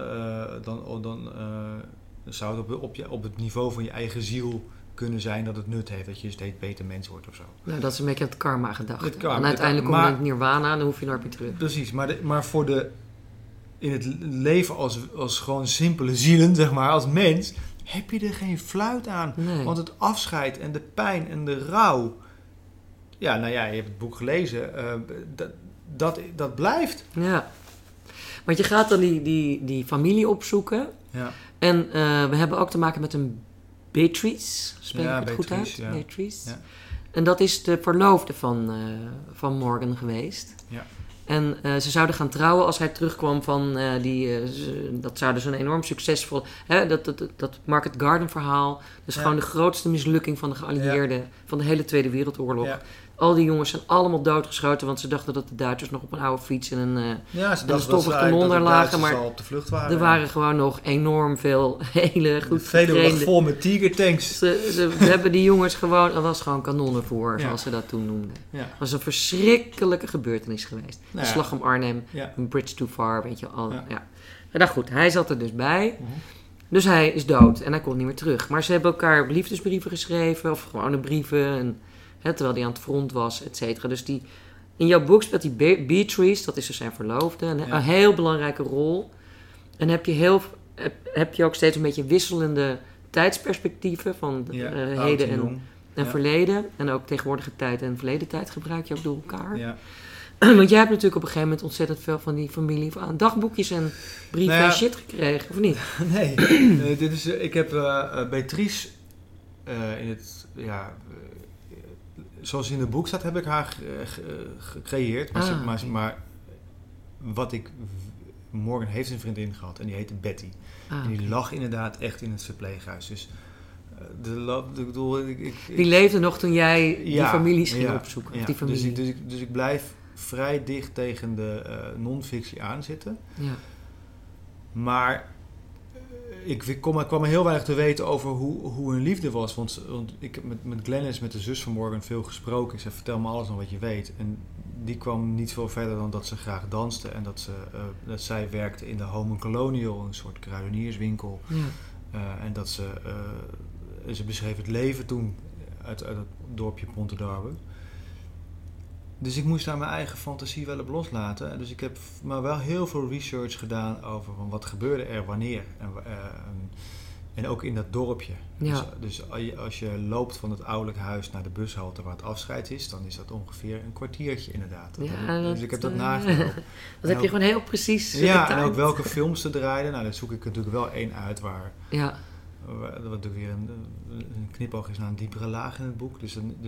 Speaker 2: zou het op het niveau van je eigen ziel kunnen zijn dat het nut heeft. Dat je steeds beter mens wordt of zo.
Speaker 1: Nou, dat is een beetje het karma gedachte. En uiteindelijk kom je in het nirvana en dan hoef je nooit meer terug.
Speaker 2: Precies, maar in het leven als gewoon simpele zielen, zeg maar, als mens, heb je er geen fluit aan. Nee. Want het afscheid en de pijn en de rouw... Ja, je hebt het boek gelezen. Dat blijft.
Speaker 1: Ja. Want je gaat dan die familie opzoeken.
Speaker 2: Ja.
Speaker 1: En we hebben ook te maken met een Beatrice. Spreek ik het goed uit?
Speaker 2: Ja.
Speaker 1: Beatrice. Ja. En dat is de verloofde van Morgan geweest.
Speaker 2: Ja.
Speaker 1: En ze zouden gaan trouwen als hij terugkwam van dat zou dus een enorm succesvol... Dat Market Garden verhaal. Dus gewoon de grootste mislukking van de geallieerden... van de hele Tweede Wereldoorlog. Ja. Al die jongens zijn allemaal doodgeschoten... want ze dachten dat de Duitsers nog op een oude fiets... en een stoffig kanon daar lagen. Maar
Speaker 2: op de vlucht waren.
Speaker 1: Er waren gewoon nog enorm veel hele goed getrainde...
Speaker 2: Vele vol met tigertanks.
Speaker 1: Ze hebben die jongens gewoon... Er was gewoon kanonnenvoer, zoals ze dat toen noemden.
Speaker 2: Ja.
Speaker 1: Het was een verschrikkelijke gebeurtenis geweest.
Speaker 2: Ja.
Speaker 1: De slag om Arnhem, een bridge too far, weet je al. Ja. Nou goed, hij zat er dus bij.
Speaker 2: Uh-huh.
Speaker 1: Dus hij is dood en hij komt niet meer terug. Maar ze hebben elkaar liefdesbrieven geschreven... of gewone brieven... En, terwijl hij aan het front was, et cetera. Dus in jouw boek speelt die Beatrice, dat is dus zijn verloofde, een heel belangrijke rol. En heb je heb je ook steeds een beetje wisselende tijdsperspectieven van heden en verleden. En ook tegenwoordige tijd en verleden tijd gebruik je ook door elkaar.
Speaker 2: Ja.
Speaker 1: Want jij hebt natuurlijk op een gegeven moment ontzettend veel van die familie aan dagboekjes en brieven en shit gekregen, of niet?
Speaker 2: Nee, ik heb Beatrice in het, zoals in het boek staat, heb ik haar gecreëerd. Maar Morgan heeft een vriendin gehad en die heette Betty. En die lag inderdaad echt in het verpleeghuis. Dus
Speaker 1: die leefde nog toen jij die families ging opzoeken. Ja. Die familie.
Speaker 2: Dus ik blijf vrij dicht tegen de non-fictie aanzitten.
Speaker 1: Ja.
Speaker 2: Maar ik kwam heel weinig te weten over hoe hun liefde was. Want ik heb met Glennis, met de zus van Morgan, veel gesproken. Ik zei, vertel me alles nog wat je weet. En die kwam niet veel verder dan dat ze graag danste. En dat zij werkte in de Home Colonial, een soort kruidenierswinkel.
Speaker 1: Ja.
Speaker 2: En dat ze beschreef het leven toen uit het dorpje Pontedarbe. Dus ik moest daar mijn eigen fantasie wel op loslaten. Dus ik heb maar wel heel veel research gedaan over wat gebeurde er wanneer. En ook in dat dorpje.
Speaker 1: Ja.
Speaker 2: Dus als je loopt van het ouderlijk huis naar de bushalte waar het afscheid is, dan is dat ongeveer een kwartiertje inderdaad. Dus ik heb dat nagelopen.
Speaker 1: Dat heb je gewoon heel precies
Speaker 2: en ook welke films te draaien. Nou, dan zoek ik natuurlijk wel één uit waar...
Speaker 1: Ja.
Speaker 2: Wat ook weer een knipoog is naar een diepere laag in het boek.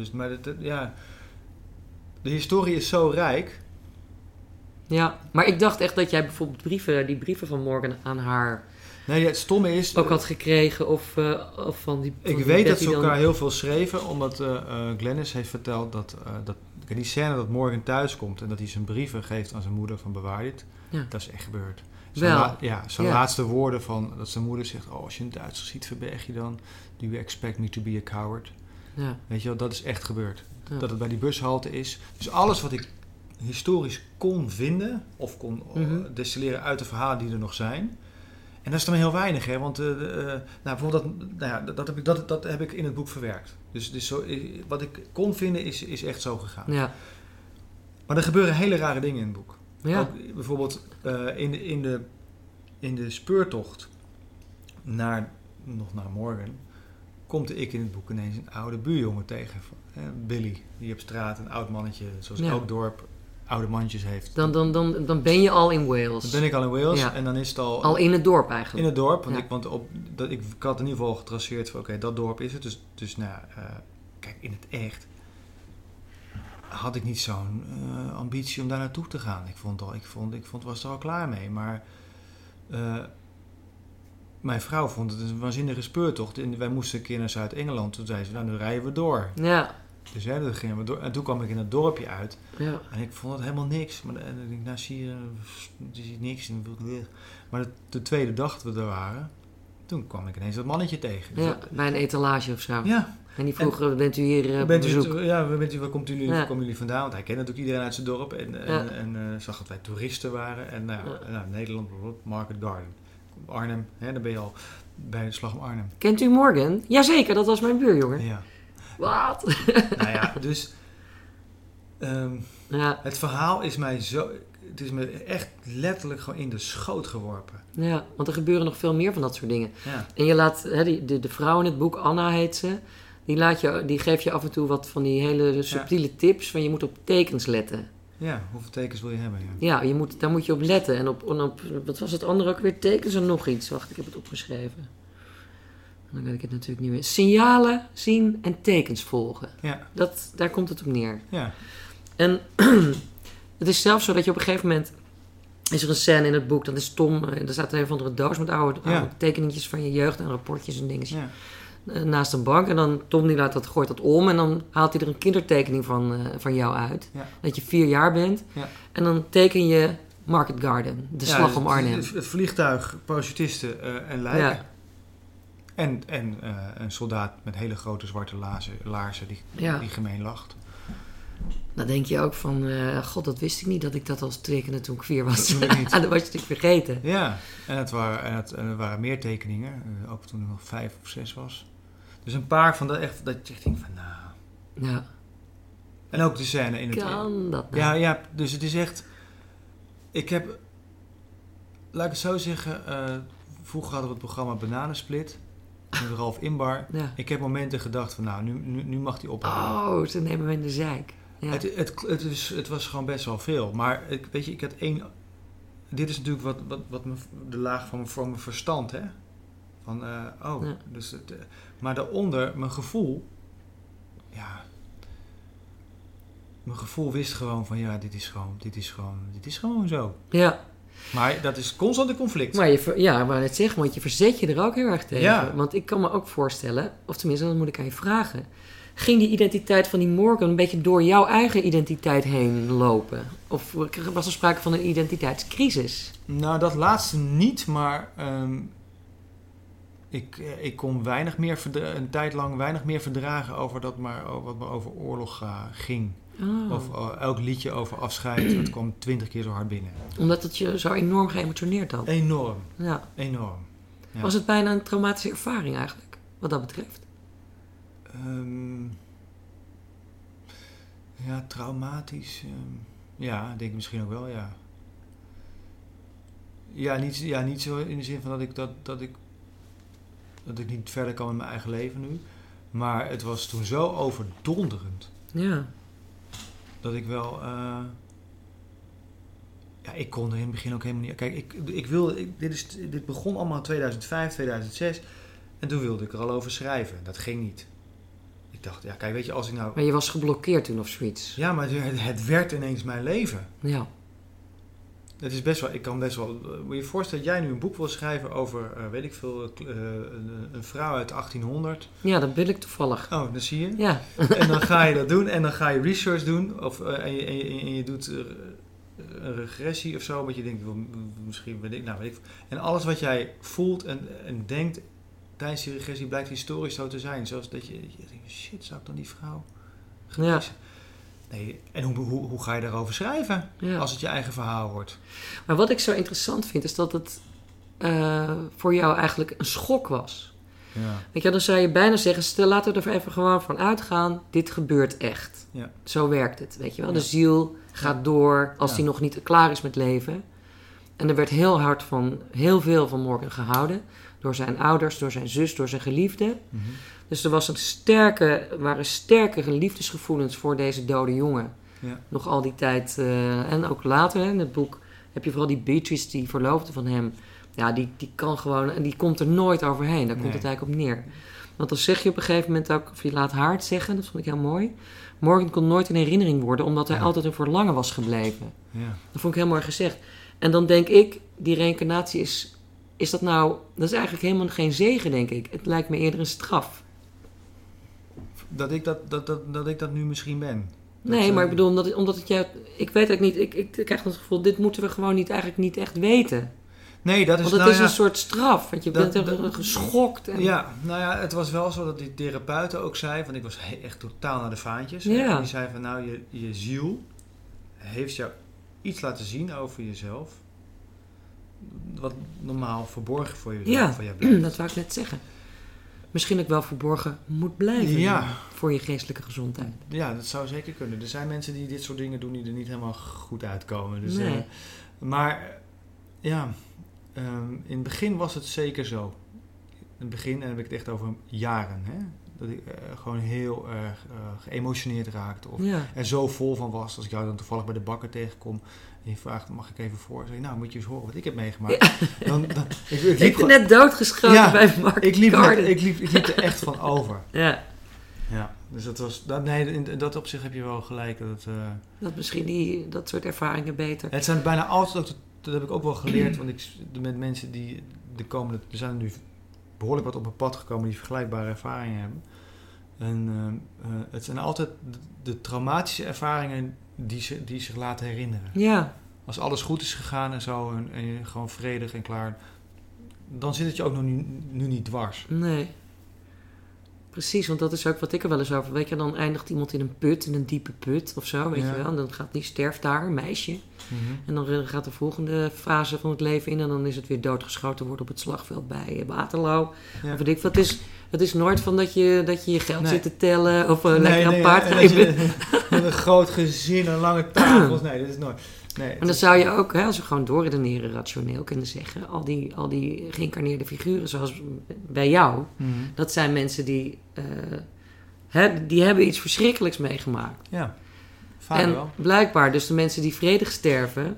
Speaker 2: De historie is zo rijk.
Speaker 1: Ja, maar ik dacht echt dat jij bijvoorbeeld die brieven van Morgan aan haar...
Speaker 2: Nee, het stomme is...
Speaker 1: ook had gekregen of van die...
Speaker 2: Ik weet dat ze elkaar heel veel schreven, omdat Glennis heeft verteld dat die scène dat Morgan thuis komt en dat hij zijn brieven geeft aan zijn moeder van bewaar dit. Ja. Dat is echt gebeurd. Zijn laatste woorden van dat zijn moeder zegt, als je een Duitser ziet, verberg je dan. Do you expect me to be a coward?
Speaker 1: Ja.
Speaker 2: Weet je wel, dat is echt gebeurd. Ja. Dat het bij die bushalte is. Dus alles wat ik historisch kon vinden of kon destilleren uit de verhalen die er nog zijn. En dat is dan heel weinig, hè? Want bijvoorbeeld dat heb ik in het boek verwerkt. Dus zo, wat ik kon vinden is echt zo gegaan.
Speaker 1: Ja.
Speaker 2: Maar er gebeuren hele rare dingen in het boek.
Speaker 1: Ja.
Speaker 2: Ook bijvoorbeeld in de speurtocht naar Morgan komt ik in het boek ineens een oude buurjongen tegen. Billy, die op straat een oud mannetje, zoals elk dorp oude mandjes heeft.
Speaker 1: Dan ben je al in Wales.
Speaker 2: Dan ben ik al in Wales en dan is het al...
Speaker 1: Al in het dorp eigenlijk.
Speaker 2: In het dorp, want ik had in ieder geval getraceerd van oké, dat dorp is het. Dus kijk, in het echt had ik niet zo'n ambitie om daar naartoe te gaan. Ik was er al klaar mee, maar mijn vrouw vond het een waanzinnige speurtocht. En wij moesten een keer naar Zuid-Engeland. Toen zei ze, nu rijden we door. Ja. Dus dan gingen we door. En toen kwam ik in het dorpje uit. Ja. En ik vond het helemaal niks. Maar ik zie je niks. Maar de tweede dag dat we er waren, toen kwam ik ineens dat mannetje tegen. Dus
Speaker 1: bij een etalage of zo.
Speaker 2: Ja.
Speaker 1: En die vroeg, bent u hier op bezoek?
Speaker 2: Waar komen jullie vandaan? Want hij kende natuurlijk iedereen uit zijn dorp. En zag dat wij toeristen waren. En Nederland, Market Garden. Arnhem, dan ben je al bij de slag om Arnhem.
Speaker 1: Kent u Morgan? Jazeker, dat was mijn buurjongen.
Speaker 2: Ja.
Speaker 1: Wat?
Speaker 2: Dus het verhaal is mij zo... Het is me echt letterlijk gewoon in de schoot geworpen.
Speaker 1: Ja, want er gebeuren nog veel meer van dat soort dingen. Ja. En je laat... de vrouw in het boek, Anna heet ze... Die geeft je af en toe wat van die hele subtiele tips... van je moet op tekens letten.
Speaker 2: Ja, hoeveel tekens wil je hebben?
Speaker 1: Ja, daar moet je op letten. En op wat was het andere ook weer? Tekens en nog iets. Wacht, ik heb het opgeschreven. Dan weet ik het natuurlijk niet meer. Signalen zien en tekens volgen.
Speaker 2: Ja.
Speaker 1: Daar komt het op neer.
Speaker 2: Ja.
Speaker 1: En het is zelfs zo dat je op een gegeven moment... is er een scène in het boek, dat is Tom... er staat een of andere doos met oude tekeningetjes van je jeugd... en rapportjes en dingetjes. Ja. Naast een bank. En dan Tom die gooit dat om. En dan haalt hij er een kindertekening van jou uit. Ja. Dat je 4 jaar bent. Ja. En dan teken je Market Garden. De slag om Arnhem.
Speaker 2: Het vliegtuig, parachutisten en lijken. Ja. En een soldaat met hele grote zwarte laarzen die gemeen lacht.
Speaker 1: Dan denk je ook van... God, dat wist ik niet dat ik dat als tekenen toen ik 4 was. Dat was je natuurlijk vergeten.
Speaker 2: Ja, en er waren meer tekeningen. Ook toen ik nog 5 of 6 was. Dus een paar van dat je echt denkt van
Speaker 1: Ja.
Speaker 2: En ook de scène in het...
Speaker 1: Kan dat nou?
Speaker 2: Ja, dus het is echt... Ik heb... Laat ik het zo zeggen... vroeger hadden we het programma Bananensplit. Met Ralf Inbar.
Speaker 1: Ja.
Speaker 2: Ik heb momenten gedacht van nou, nu mag hij ophouden.
Speaker 1: Oh, ze nemen we in de zeik. Ja.
Speaker 2: Het was gewoon best wel veel. Maar weet je, ik had één... Dit is natuurlijk de laag van mijn verstand, hè? Van, ja. Dus maar daaronder, mijn gevoel... Ja... Mijn gevoel wist gewoon van, ja, dit is gewoon zo.
Speaker 1: Ja.
Speaker 2: Maar dat is constant een conflict.
Speaker 1: Maar ik wou net zeggen, want je verzet je er ook heel erg tegen.
Speaker 2: Ja.
Speaker 1: Want ik kan me ook voorstellen, of tenminste, dat moet ik aan je vragen. Ging die identiteit van die Morgan een beetje door jouw eigen identiteit heen lopen? Of was er sprake van een identiteitscrisis?
Speaker 2: Nou, dat laatste niet, maar ik kon een tijd lang weinig meer verdragen over wat maar over oorlog ging.
Speaker 1: Oh.
Speaker 2: Of elk liedje over afscheid, dat kwam 20 keer zo hard binnen.
Speaker 1: Omdat het je zo enorm geëmotioneerd had?
Speaker 2: Enorm.
Speaker 1: Ja.
Speaker 2: Enorm. Ja.
Speaker 1: Was het bijna een traumatische ervaring eigenlijk, wat dat betreft?
Speaker 2: Ja, traumatisch. Ja, denk ik misschien ook wel, ja. Ja, niet zo in de zin van dat ik niet verder kan met mijn eigen leven nu. Maar het was toen zo overdonderend.
Speaker 1: Ja.
Speaker 2: Dat ik wel... ik kon er in het begin ook helemaal niet... Kijk, dit begon allemaal in 2005, 2006. En toen wilde ik er al over schrijven. Dat ging niet. Ik dacht, ja, kijk, weet je, als ik nou...
Speaker 1: Maar je was geblokkeerd toen of zoiets?
Speaker 2: Ja, maar het werd ineens mijn leven.
Speaker 1: Ja.
Speaker 2: Het is best wel... Ik kan best wel... Moet je je voorstellen dat jij nu een boek wil schrijven over, weet ik veel, een vrouw uit 1800.
Speaker 1: Ja, dat wil ik toevallig.
Speaker 2: Oh, dat zie je.
Speaker 1: Ja.
Speaker 2: En dan ga je dat doen en dan ga je research doen. En je doet een regressie of zo. Want je denkt, misschien weet ik... En alles wat jij voelt en denkt tijdens die regressie blijkt historisch zo te zijn. Zoals dat je denkt, shit, zou ik dan die vrouw genezen? Ja. Nee, en hoe ga je daarover schrijven als het je eigen verhaal wordt?
Speaker 1: Maar wat ik zo interessant vind, is dat het voor jou eigenlijk een schok was.
Speaker 2: Ja.
Speaker 1: Weet je, dan zou je bijna zeggen, laten we er even gewoon van uitgaan, dit gebeurt echt.
Speaker 2: Ja.
Speaker 1: Zo werkt het, weet je wel.
Speaker 2: Ja.
Speaker 1: De ziel gaat door als die nog niet klaar is met leven. En er werd heel veel van Morgan gehouden. Door zijn ouders, door zijn zus, door zijn geliefde.
Speaker 2: Mm-hmm.
Speaker 1: Dus er waren sterke liefdesgevoelens voor deze dode jongen.
Speaker 2: Ja.
Speaker 1: Nog al die tijd. En ook later in het boek heb je vooral die Beatrice, die verloofde van hem. Ja, die kan gewoon... En die komt er nooit overheen. Daar komt het eigenlijk op neer. Want dan zeg je op een gegeven moment ook... Of je laat haar het zeggen, dat vond ik heel mooi. Morgan kon nooit in herinnering worden... omdat hij altijd een verlangen was gebleven.
Speaker 2: Ja.
Speaker 1: Dat vond ik heel mooi gezegd. En dan denk ik, die reïncarnatie is dat nou... Dat is eigenlijk helemaal geen zegen, denk ik. Het lijkt me eerder een straf.
Speaker 2: Dat ik dat nu misschien ben.
Speaker 1: Nee, maar ik bedoel, omdat het jou... Ik weet het niet, ik krijg het gevoel... Dit moeten we gewoon eigenlijk niet echt weten.
Speaker 2: Nee, dat is...
Speaker 1: Want het is een soort straf, want je bent er geschokt. En...
Speaker 2: Ja, nou ja, het was wel zo dat die therapeuten ook zei... Want ik was echt totaal naar de vaantjes.
Speaker 1: Ja.
Speaker 2: En die zei van, nou, je ziel heeft jou iets laten zien over jezelf... wat normaal verborgen voor jezelf van jou blijft.
Speaker 1: Dat wou ik net zeggen. Misschien ook wel verborgen moet blijven voor je geestelijke gezondheid.
Speaker 2: Ja, dat zou zeker kunnen. Er zijn mensen die dit soort dingen doen die er niet helemaal goed uitkomen. Dus,
Speaker 1: nee.
Speaker 2: Maar ja, in het begin was het zeker zo. In het begin, en dan heb ik het echt over jaren, hè? Dat ik gewoon heel erg geëmotioneerd raakte. Of er zo vol van was. Als ik jou dan toevallig bij de bakker tegenkom en je vraagt, mag ik even voor? Zeg je, nou, moet je eens horen wat ik heb meegemaakt. Ja.
Speaker 1: Ik ben net doodgeschoten bij Mark
Speaker 2: ik liep er echt van over.
Speaker 1: Ja.
Speaker 2: Ja, dus dat was... in dat opzicht heb je wel gelijk.
Speaker 1: Dat misschien dat soort ervaringen beter.
Speaker 2: Het zijn bijna altijd, dat heb ik ook wel geleerd, want met mensen die er zijn er nu behoorlijk wat op mijn pad gekomen die vergelijkbare ervaringen hebben. En het zijn altijd de traumatische ervaringen die zich laten herinneren.
Speaker 1: Ja.
Speaker 2: Als alles goed is gegaan en zo, en je gewoon vredig en klaar, dan zit het je ook nog nu niet dwars.
Speaker 1: Nee. Precies, want dat is ook wat ik er wel eens over... Weet je, dan eindigt iemand in een put, in een diepe put of zo, weet je wel. En dan sterft daar een meisje.
Speaker 2: Mm-hmm.
Speaker 1: En dan gaat de volgende fase van het leven in... en dan is het weer doodgeschoten worden op het slagveld bij Waterloo. Ja. Of weet ik, het is nooit van dat je geld zit te tellen... of lekker aan paard rijden.
Speaker 2: Met een groot gezin en lange tafels. Nee, dat is nooit. Nee,
Speaker 1: En dan zou je ook, als we gewoon doorredeneren, rationeel kunnen zeggen, al die geïncarneerde figuren zoals bij jou, dat zijn mensen die hebben iets verschrikkelijks meegemaakt.
Speaker 2: Ja, vaak
Speaker 1: en
Speaker 2: wel.
Speaker 1: Blijkbaar, dus de mensen die vredig sterven,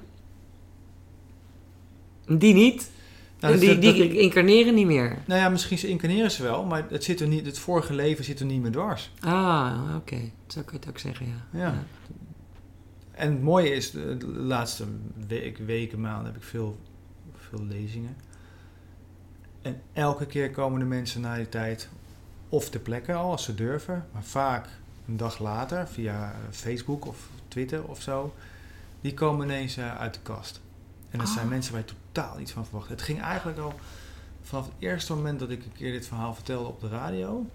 Speaker 1: die niet.
Speaker 2: Nou,
Speaker 1: die incarneren niet meer.
Speaker 2: Nou ja, misschien incarneren ze wel, maar het vorige leven zit er niet meer dwars.
Speaker 1: Ah, oké. Zo kun je het ook zeggen, ja.
Speaker 2: En het mooie is, de laatste weken, maanden heb ik veel lezingen. En elke keer komen de mensen na die tijd of ter plekke al, als ze durven, maar vaak een dag later via Facebook of Twitter of zo, die komen ineens uit de kast. En dat zijn mensen waar je totaal iets van verwacht. Het ging eigenlijk al vanaf het eerste moment dat ik een keer dit verhaal vertelde op de radio.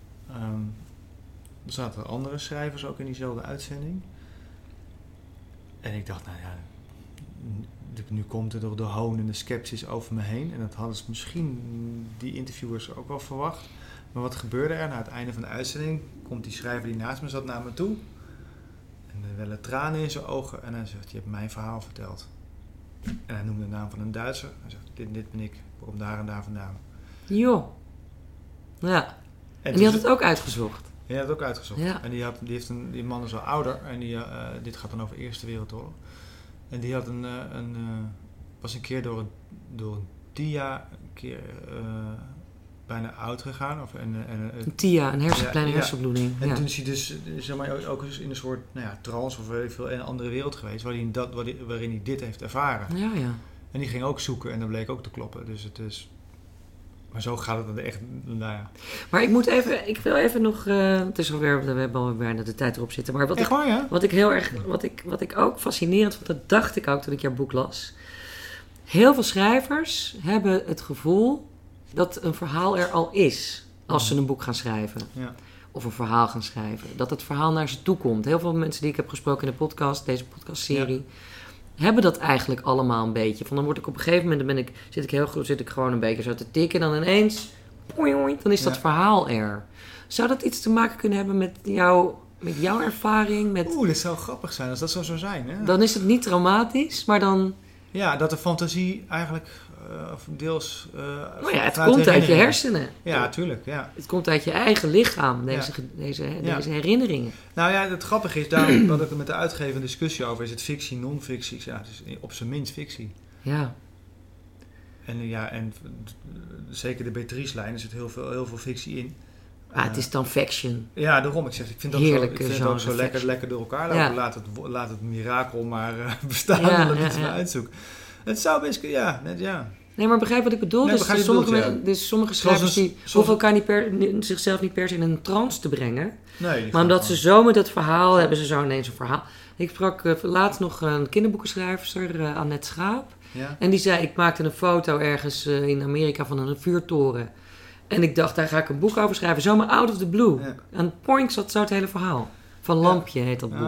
Speaker 2: Er zaten andere schrijvers ook in diezelfde uitzending. En ik dacht, nou ja, nu komt er door de hoon en de sceptisch over me heen. En dat hadden ze misschien die interviewers ook wel verwacht. Maar wat gebeurde er? Na het einde van de uitzending komt die schrijver die naast me zat naar me toe. En er wellen tranen in zijn ogen. En hij zegt, je hebt mijn verhaal verteld. En hij noemde de naam van een Duitser. Hij zegt, dit ben ik. Ik kom daar en daar vandaan.
Speaker 1: Joh. Ja. En die had het ook uitgezocht.
Speaker 2: Ja, die had het ook uitgezocht.
Speaker 1: Ja.
Speaker 2: En die man is al ouder. En dit gaat dan over de Eerste Wereldoorlog. En die had was een keer door een TIA bijna oud gegaan.
Speaker 1: Een TIA, een kleine hersenbloeding.
Speaker 2: En toen is hij dus zeg maar, ook eens in een soort trance of een andere wereld geweest. Waarin hij dit heeft ervaren.
Speaker 1: Ja.
Speaker 2: En die ging ook zoeken en dat bleek ook te kloppen. Dus het is... Maar zo gaat het dan echt, nou ja.
Speaker 1: Maar ik wil even nog, het is alweer, we hebben alweer bijna de tijd erop zitten. Maar wat ik ook fascinerend vond, dat dacht ik ook toen ik jouw boek las. Heel veel schrijvers hebben het gevoel dat een verhaal er al is als ze een boek gaan schrijven.
Speaker 2: Ja.
Speaker 1: Of een verhaal gaan schrijven. Dat het verhaal naar ze toe komt. Heel veel mensen die ik heb gesproken in de podcast, deze podcastserie... Ja. Hebben dat eigenlijk allemaal een beetje. Van dan word ik op een gegeven moment, zit ik gewoon een beetje zo te tikken. En dan ineens, dan is dat verhaal er. Zou dat iets te maken kunnen hebben met jouw ervaring?
Speaker 2: Dat zou grappig zijn als dat zo zou zijn. Hè?
Speaker 1: Dan is het niet traumatisch, maar dan...
Speaker 2: Ja, dat de fantasie eigenlijk deels...
Speaker 1: het komt uit je hersenen.
Speaker 2: Ja, tuurlijk. Ja.
Speaker 1: Het komt uit je eigen lichaam, deze herinneringen.
Speaker 2: Nou ja, het grappige is, daar had ik met de uitgever een discussie over. Is het fictie, non-fictie? Ja, het is op zijn minst fictie.
Speaker 1: Ja.
Speaker 2: En zeker de Beatrice-lijn, er zit heel veel fictie in.
Speaker 1: Het is dan fiction.
Speaker 2: Ja, daarom. Ik vind het ook zo lekker door elkaar lopen. Ja. Laat het mirakel maar bestaan en dan moeten we uitzoeken. Het zou best kunnen,
Speaker 1: Nee, maar begrijp wat ik bedoel? Dus sommige schrijvers die hoeven elkaar zichzelf niet per se in een trance te brengen.
Speaker 2: Nee,
Speaker 1: maar omdat ze zo met het verhaal hebben, ze zo ineens een verhaal. Ik sprak laatst nog een kinderboekenschrijfster, Annette Schaap.
Speaker 2: Ja.
Speaker 1: En die zei, ik maakte een foto ergens in Amerika van een vuurtoren. En ik dacht, daar ga ik een boek over schrijven. Zomaar out of the blue. Ja. En point zat zo het hele verhaal. Van Lampje heet dat boek.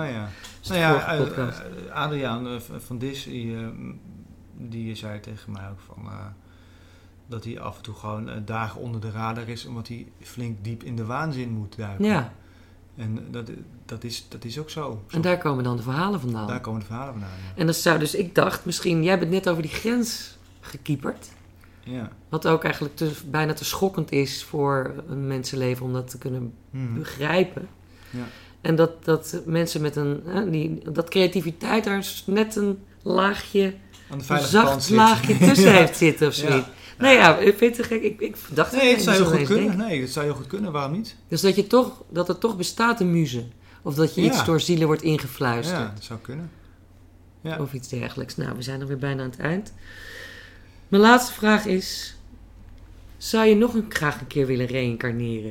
Speaker 2: Adriaan van Dis, die zei tegen mij ook van... dat hij af en toe gewoon dagen onder de radar is... omdat hij flink diep in de waanzin moet duiken.
Speaker 1: Ja.
Speaker 2: En dat is ook zo.
Speaker 1: En daar komen dan de verhalen vandaan.
Speaker 2: Daar komen de verhalen vandaan, ja.
Speaker 1: En dat zou dus, ik dacht misschien... Jij bent net over die grens gekieperd.
Speaker 2: Ja.
Speaker 1: Wat ook eigenlijk bijna te schokkend is voor een mensenleven... om dat te kunnen begrijpen.
Speaker 2: Ja.
Speaker 1: En dat mensen met dat creativiteit daar net een laagje... een zacht laagje tussen heeft zitten of zoiets. Ja. Nee, ik vind het gek. Ik dacht...
Speaker 2: Nee, het zou heel goed kunnen. Nee, het zou heel goed kunnen. Waarom niet?
Speaker 1: Dus dat er toch bestaat een muze. Of dat je iets door zielen wordt ingefluisterd.
Speaker 2: Ja, dat zou kunnen. Ja.
Speaker 1: Of iets dergelijks. Nou, we zijn alweer bijna aan het eind. Mijn laatste vraag is... Zou je nog graag een keer willen reïncarneren?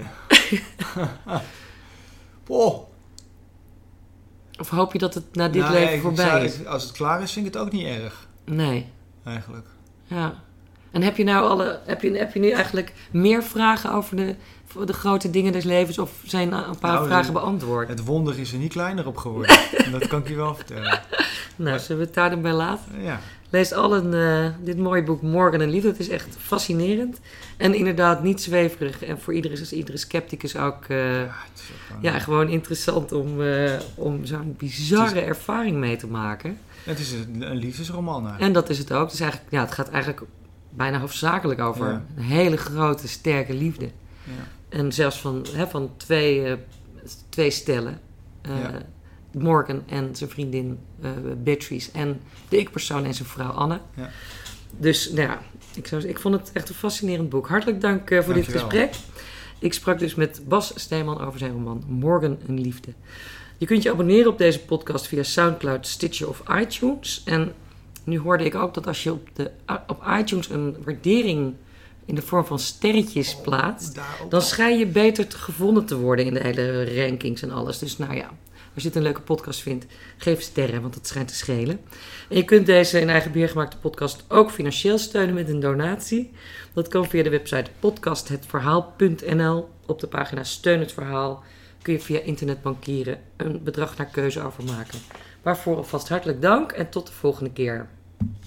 Speaker 1: Of hoop je dat het na dit leven voorbij is?
Speaker 2: Als het klaar is, vind ik het ook niet erg.
Speaker 1: Nee.
Speaker 2: Eigenlijk.
Speaker 1: Ja. En heb je nu eigenlijk meer vragen over de grote dingen des levens? Of zijn een paar vragen beantwoord?
Speaker 2: Het wonder is er niet kleiner op geworden. Dat kan ik je wel vertellen.
Speaker 1: Nou, zullen we het daar dan bij laten?
Speaker 2: Ja.
Speaker 1: Lees dit mooie boek Morgan en Liefde. Het is echt fascinerend. En inderdaad niet zweverig. En voor iedere scepticus ook... gewoon interessant om zo'n bizarre ervaring mee te maken.
Speaker 2: Het is een liefdesroman eigenlijk.
Speaker 1: En dat is het ook. Dus eigenlijk, het gaat eigenlijk bijna hoofdzakelijk over een hele grote, sterke liefde.
Speaker 2: Ja.
Speaker 1: En zelfs van twee stellen. Morgan en zijn vriendin Beatrice. En de ik-persoon en zijn vrouw Anne.
Speaker 2: Ja.
Speaker 1: Dus ik vond het echt een fascinerend boek. Hartelijk dank voor dit gesprek. Ik sprak dus met Bas Steeman over zijn roman Morgan, een liefde. Je kunt je abonneren op deze podcast via Soundcloud, Stitcher of iTunes. En nu hoorde ik ook dat als je op iTunes een waardering in de vorm van sterretjes plaatst, dan schijn je beter gevonden te worden in de hele rankings en alles. Dus als je het een leuke podcast vindt, geef sterren, want het schijnt te schelen. En je kunt deze in eigen beheer gemaakte podcast ook financieel steunen met een donatie. Dat kan via de website podcasthetverhaal.nl. Op de pagina Steun het Verhaal kun je via internetbankieren een bedrag naar keuze overmaken. Waarvoor alvast hartelijk dank en tot de volgende keer.